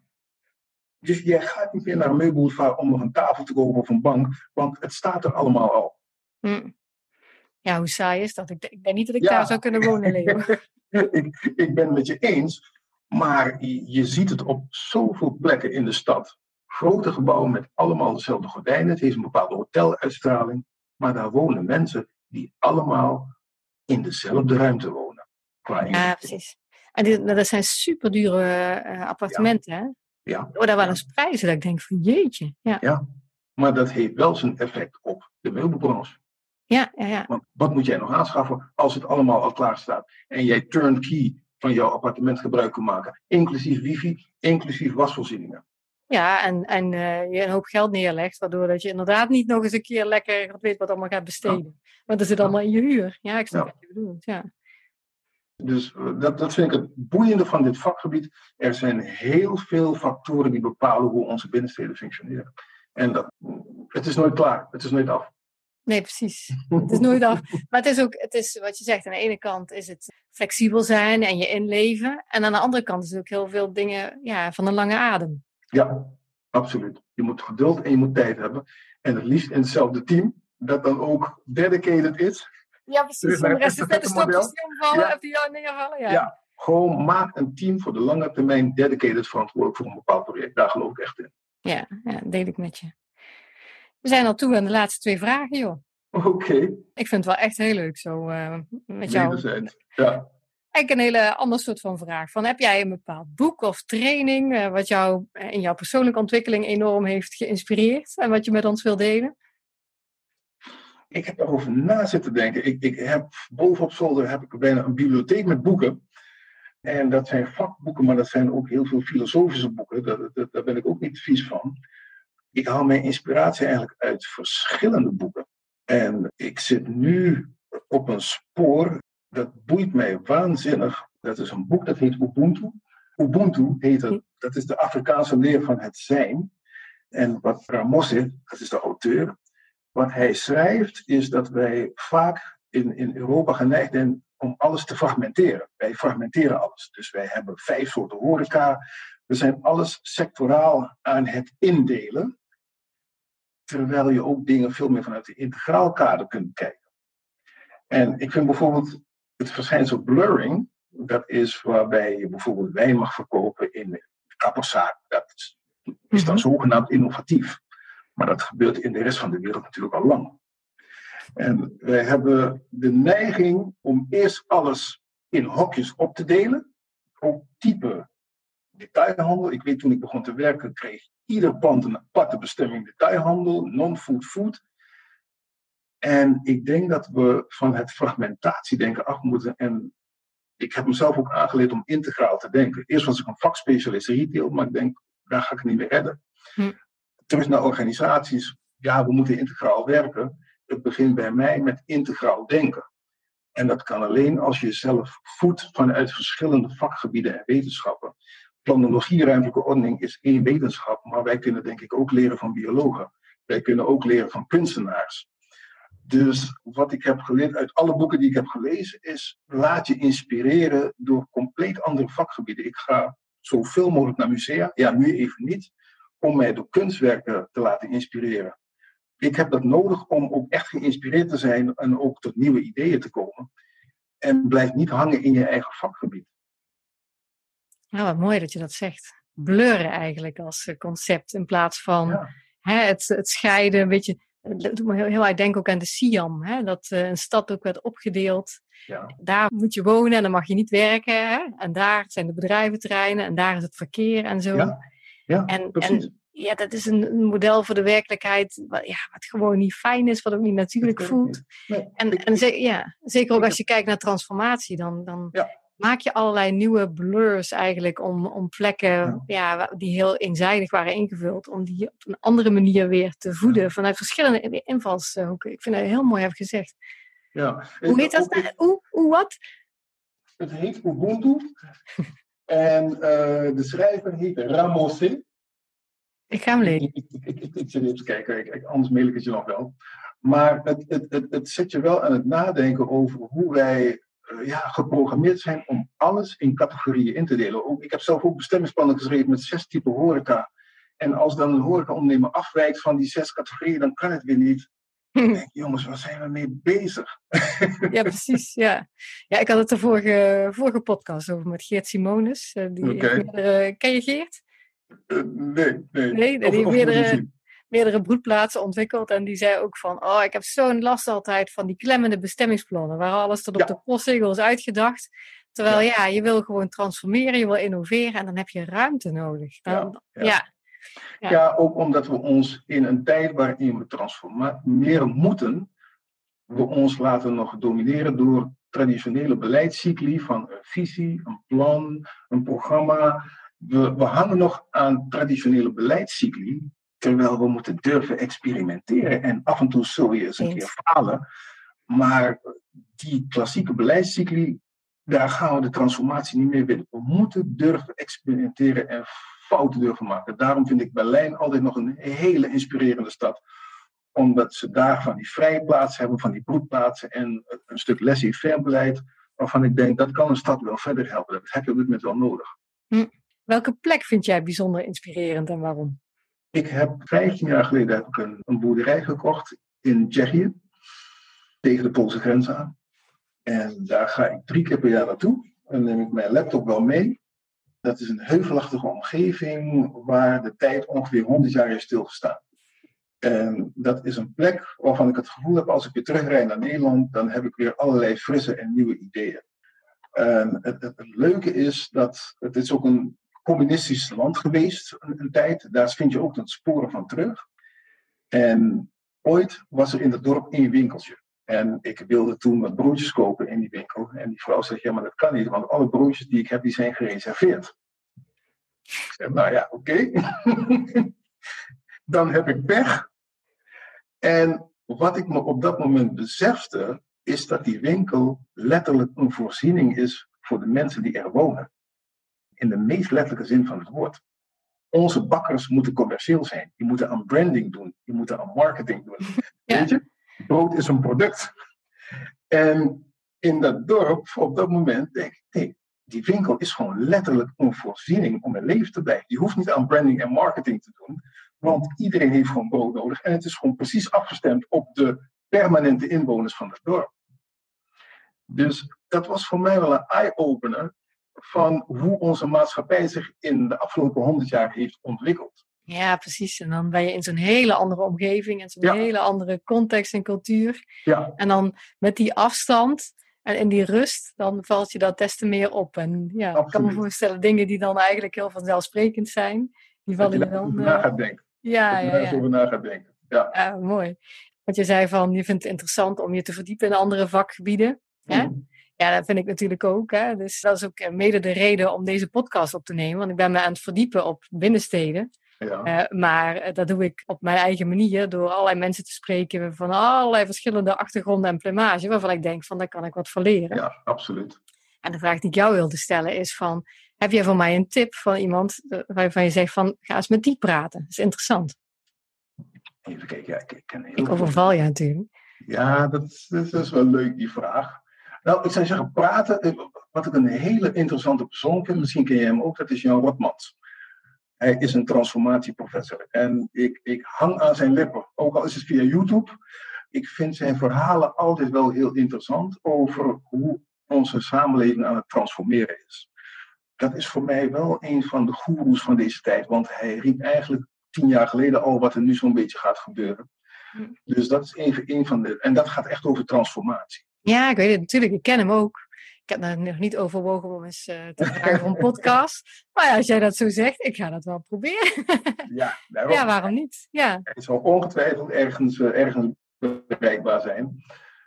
Dus jij gaat niet meer naar een meubelboulevard om nog een tafel te kopen of een bank. Want het staat er allemaal al. Mm. Ja, hoe saai is dat? Ik, ik denk niet dat ik ja. daar zou kunnen wonen, Leo. ik, ik ben het met je eens. Maar je, je ziet het op zoveel plekken in de stad. Grote gebouwen met allemaal dezelfde gordijnen. Het heeft een bepaalde hoteluitstraling. Maar daar wonen mensen die allemaal in dezelfde ruimte wonen. Ja, precies. En die, dat zijn super dure uh, appartementen, ja. hè? Ja. Ik hoor daar wel eens prijzen dat ik denk van jeetje. Ja. ja, maar dat heeft wel zijn effect op de meubelbranche. Ja, ja, ja. Want wat moet jij nog aanschaffen als het allemaal al klaar staat en jij turnkey van jouw appartement gebruik kan maken, inclusief wifi, inclusief wasvoorzieningen. Ja, en, en uh, je een hoop geld neerlegt, waardoor dat je inderdaad niet nog eens een keer lekker weet wat allemaal gaat besteden. Ja. Want dat zit allemaal in je huur. Ja, ik snap ja. wat je bedoelt, ja. Dus dat, dat vind ik het boeiende van dit vakgebied. Er zijn heel veel factoren die bepalen hoe onze binnensteden functioneren. En dat, het is nooit klaar, het is nooit af. Nee, precies. Het is nooit af. Maar het is ook, het is wat je zegt, aan de ene kant is het flexibel zijn en je inleven. En aan de andere kant is het ook heel veel dingen ja, van een lange adem. Ja, absoluut. Je moet geduld en je moet tijd hebben. En het liefst in hetzelfde team, dat dan ook dedicated is. Ja, precies. Van de rest is net de stokjes die omvallen ja. of die jou neervallen. Ja. ja, gewoon maak een team voor de lange termijn dedicated verantwoordelijk voor een bepaald project. Daar geloof ik echt in. Ja, ja, deel ik met je. We zijn al toe aan de laatste twee vragen, joh. Oké. Okay. Ik vind het wel echt heel leuk zo uh, met jou. Wederzijds, ja. Eigenlijk een hele ander soort van vraag. Van, heb jij een bepaald boek of training uh, wat jou uh, in jouw persoonlijke ontwikkeling enorm heeft geïnspireerd en wat je met ons wil delen? Ik heb daarover na zitten denken. Ik, ik heb bovenop zolder heb ik bijna een bibliotheek met boeken. En dat zijn vakboeken, maar dat zijn ook heel veel filosofische boeken. Daar, daar, daar ben ik ook niet vies van. Ik haal mijn inspiratie eigenlijk uit verschillende boeken. En ik zit nu op een spoor, dat boeit mij waanzinnig. Dat is een boek dat heet Ubuntu. Ubuntu heet het, dat is de Afrikaanse leer van het zijn. En wat Ramossi, dat is de auteur, wat hij schrijft is dat wij vaak in, in Europa geneigd zijn om alles te fragmenteren. Wij fragmenteren alles. Dus wij hebben vijf soorten horeca. We zijn alles sectoraal aan het indelen. Terwijl je ook dingen veel meer vanuit de integraal kader kunt kijken. En ik vind bijvoorbeeld het verschijnsel blurring, dat is waarbij je bijvoorbeeld wijn mag verkopen in de kapperszaak. Dat is, is dan zogenaamd innovatief. Maar dat gebeurt in de rest van de wereld natuurlijk al lang. En wij hebben de neiging om eerst alles in hokjes op te delen. Ook type detailhandel. Ik weet toen ik begon te werken, kreeg ieder pand een aparte bestemming detailhandel, non-food food. En ik denk dat we van het fragmentatiedenken af moeten. En ik heb mezelf ook aangeleerd om integraal te denken. Eerst was ik een vakspecialist retail, maar ik denk, daar ga ik het niet meer redden. Hm. Terug naar organisaties. Ja, we moeten integraal werken. Het begint bij mij met integraal denken. En dat kan alleen als je jezelf voedt vanuit verschillende vakgebieden en wetenschappen. Planologie, ruimtelijke ordening is één wetenschap, maar wij kunnen denk ik ook leren van biologen. Wij kunnen ook leren van kunstenaars. Dus wat ik heb geleerd uit alle boeken die ik heb gelezen is, laat je inspireren door compleet andere vakgebieden. Ik ga zoveel mogelijk naar musea, ja nu even niet, om mij door kunstwerken te laten inspireren. Ik heb dat nodig om ook echt geïnspireerd te zijn en ook tot nieuwe ideeën te komen. En blijf niet hangen in je eigen vakgebied. Nou, wat mooi dat je dat zegt. Blurren eigenlijk als concept in plaats van Ja. hè, het, het scheiden. Een beetje, dat doet me heel, heel erg denken ook aan de Siam. Hè, dat uh, een stad ook werd opgedeeld. Ja. Daar moet je wonen en dan mag je niet werken. Hè? En daar zijn de bedrijventerreinen en daar is het verkeer en zo. Ja, ja en, precies. En, ja, dat is een, een model voor de werkelijkheid wat, ja, wat gewoon niet fijn is, wat ook niet natuurlijk voelt. Nee, en ik, en ze, ja, zeker ook als je kijkt naar transformatie, dan, dan ja. maak je allerlei nieuwe blurs eigenlijk om, om plekken ja. Ja, die heel eenzijdig waren ingevuld, om die op een andere manier weer te voeden, ja. vanuit verschillende invalshoeken. Ik vind dat heel mooi heb gezegd. Ja. Hoe heet dat? Nou? Hoe, hoe wat? Het heet Ubuntu. En uh, de schrijver heet Ramose. Ik ga hem lezen. Ik, ik, ik, ik, ik zit even te kijken, ik, ik, anders mail ik het je nog wel. Maar het, het, het, het zet je wel aan het nadenken over hoe wij uh, ja, geprogrammeerd zijn om alles in categorieën in te delen. Ook, ik heb zelf ook bestemmingsplannen geschreven met zes typen horeca. En als dan een horecaondernemer afwijkt van die zes categorieën, dan kan het weer niet. Ik denk, jongens, waar zijn we mee bezig? Ja, precies. Ja. Ja, ik had het de vorige, vorige podcast over met Geert Simonis. Uh, die okay. meerdere, ken je Geert? Uh, nee, nee. Nee, die heeft meerdere, meerdere broedplaatsen ontwikkeld. En die zei ook van, oh, ik heb zo'n last altijd van die klemmende bestemmingsplannen. Waar alles tot op ja. de postzegel is uitgedacht. Terwijl ja. ja, je wil gewoon transformeren, je wil innoveren. En dan heb je ruimte nodig. Dan, ja. ja. ja. Ja. ja, ook omdat we ons in een tijd waarin we transformeren moeten, we ons laten nog domineren door traditionele beleidscycli van een visie, een plan, een programma. We, we hangen nog aan traditionele beleidscycli, terwijl we moeten durven experimenteren. En af en toe zul je eens een keer falen. Maar die klassieke beleidscycli, daar gaan we de transformatie niet meer winnen. We moeten durven experimenteren en fouten durven maken. Daarom vind ik Berlijn altijd nog een hele inspirerende stad. Omdat ze daar van die vrije plaatsen hebben, van die broedplaatsen en een stuk laissez-faire beleid, waarvan ik denk, dat kan een stad wel verder helpen. Dat heb je op dit moment wel nodig. Hm. Welke plek vind jij bijzonder inspirerend en waarom? Ik heb vijftien jaar geleden heb ik een, een boerderij gekocht in Tsjechië, tegen de Poolse grens aan. En daar ga ik drie keer per jaar naartoe. En dan neem ik mijn laptop wel mee. Dat is een heuvelachtige omgeving waar de tijd ongeveer honderd jaar heeft stilgestaan. En dat is een plek waarvan ik het gevoel heb, als ik weer terugrijd naar Nederland, dan heb ik weer allerlei frisse en nieuwe ideeën. En het, het, het leuke is dat het is ook een communistisch land geweest een, een tijd. Daar vind je ook de sporen van terug. En ooit was er in het dorp één winkeltje. En ik wilde toen wat broodjes kopen in die winkel. En die vrouw zegt, ja, maar dat kan niet, want alle broodjes die ik heb, die zijn gereserveerd. Ik zeg, nou ja, oké. Okay. Dan heb ik pech. En wat ik me op dat moment besefte, is dat die winkel letterlijk een voorziening is voor de mensen die er wonen. In de meest letterlijke zin van het woord. Onze bakkers moeten commercieel zijn. Die moeten aan branding doen. Die moeten aan marketing doen. Ja. Weet je? Brood is een product. En in dat dorp, op dat moment, denk ik, nee, die winkel is gewoon letterlijk een voorziening om in leven te blijven. Je hoeft niet aan branding en marketing te doen, want iedereen heeft gewoon brood nodig. En het is gewoon precies afgestemd op de permanente inwoners van het dorp. Dus dat was voor mij wel een eye-opener van hoe onze maatschappij zich in de afgelopen honderd jaar heeft ontwikkeld. Ja, precies. En dan ben je in zo'n hele andere omgeving en zo'n ja. hele andere context en cultuur. Ja. En dan met die afstand en in die rust, dan valt je dat des te meer op. En ja, ik kan me voorstellen, dingen die dan eigenlijk heel vanzelfsprekend zijn, die vallen je dan... Dat je daar over na gaat denken. Ja, dat je ja, daar ja. over na gaat denken. Ja. ja, mooi. Want je zei van, je vindt het interessant om je te verdiepen in andere vakgebieden. Hè? Mm. Ja, dat vind ik natuurlijk ook. Hè? Dus dat is ook mede de reden om deze podcast op te nemen. Want ik ben me aan het verdiepen op binnensteden. Ja. Uh, maar uh, dat doe ik op mijn eigen manier door allerlei mensen te spreken van allerlei verschillende achtergronden en plumage, waarvan ik denk van daar kan ik wat van leren. Ja, absoluut. En de vraag die ik jou wilde stellen is van, heb jij voor mij een tip van iemand uh, waarvan je zegt van, ga eens met die praten. Dat is interessant. Even kijken, ja, ik, ik ken heel Ik overval je natuurlijk. Ja, dat, dat is wel leuk, die vraag. Nou, ik zou zeggen, praten, wat ik een hele interessante persoon vind, misschien ken je hem ook, dat is Jan Rotmans. Hij is een transformatieprofessor en ik, ik hang aan zijn lippen, ook al is het via YouTube. Ik vind zijn verhalen altijd wel heel interessant over hoe onze samenleving aan het transformeren is. Dat is voor mij wel een van de goeroes van deze tijd, want hij riep eigenlijk tien jaar geleden al wat er nu zo'n beetje gaat gebeuren. Dus dat is even een van de... En dat gaat echt over transformatie. Ja, ik weet het natuurlijk. Ik ken hem ook. Ik heb het nog niet overwogen om eens uh, te vragen voor een podcast. Maar ja, als jij dat zo zegt, ik ga dat wel proberen. Ja, daarom. Ja, waarom niet? Ja. Het zal ongetwijfeld ergens, uh, ergens bereikbaar zijn.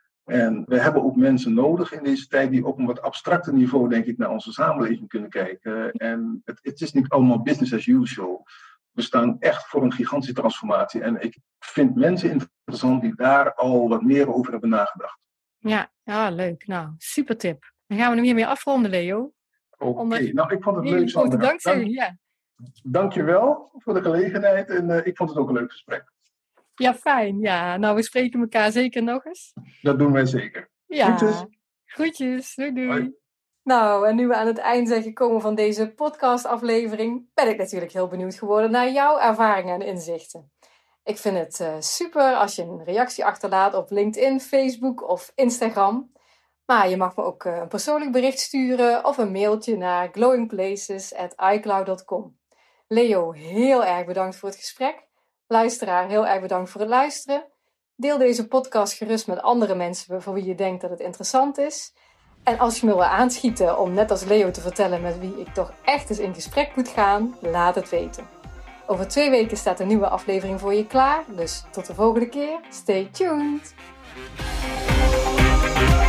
En we hebben ook mensen nodig in deze tijd die op een wat abstracter niveau, denk ik, naar onze samenleving kunnen kijken. En het, het is niet allemaal business as usual. We staan echt voor een gigantische transformatie. En ik vind mensen interessant die daar al wat meer over hebben nagedacht. Ja, ja leuk. Nou, super tip. Dan gaan we hem hiermee afronden, Leo. Oké, okay. Nou, ik vond het leuk. Grote dank zeggen, ja. Dank je wel voor de gelegenheid. En uh, ik vond het ook een leuk gesprek. Ja, fijn. Ja, nou, we spreken elkaar zeker nog eens. Dat doen wij zeker. Ja. Groetjes. Groetjes. Doei, doei. Hoi. Nou, en nu we aan het eind zijn gekomen van deze podcastaflevering, ben ik natuurlijk heel benieuwd geworden naar jouw ervaringen en inzichten. Ik vind het uh, super als je een reactie achterlaat op LinkedIn, Facebook of Instagram. Maar je mag me ook uh, een persoonlijk bericht sturen of een mailtje naar glowingplaces at icloud dot com. Leo, heel erg bedankt voor het gesprek. Luisteraar, heel erg bedankt voor het luisteren. Deel deze podcast gerust met andere mensen voor wie je denkt dat het interessant is. En als je me wil aanschieten om net als Leo te vertellen met wie ik toch echt eens in gesprek moet gaan, laat het weten. Over twee weken staat een nieuwe aflevering voor je klaar, dus tot de volgende keer. Stay tuned!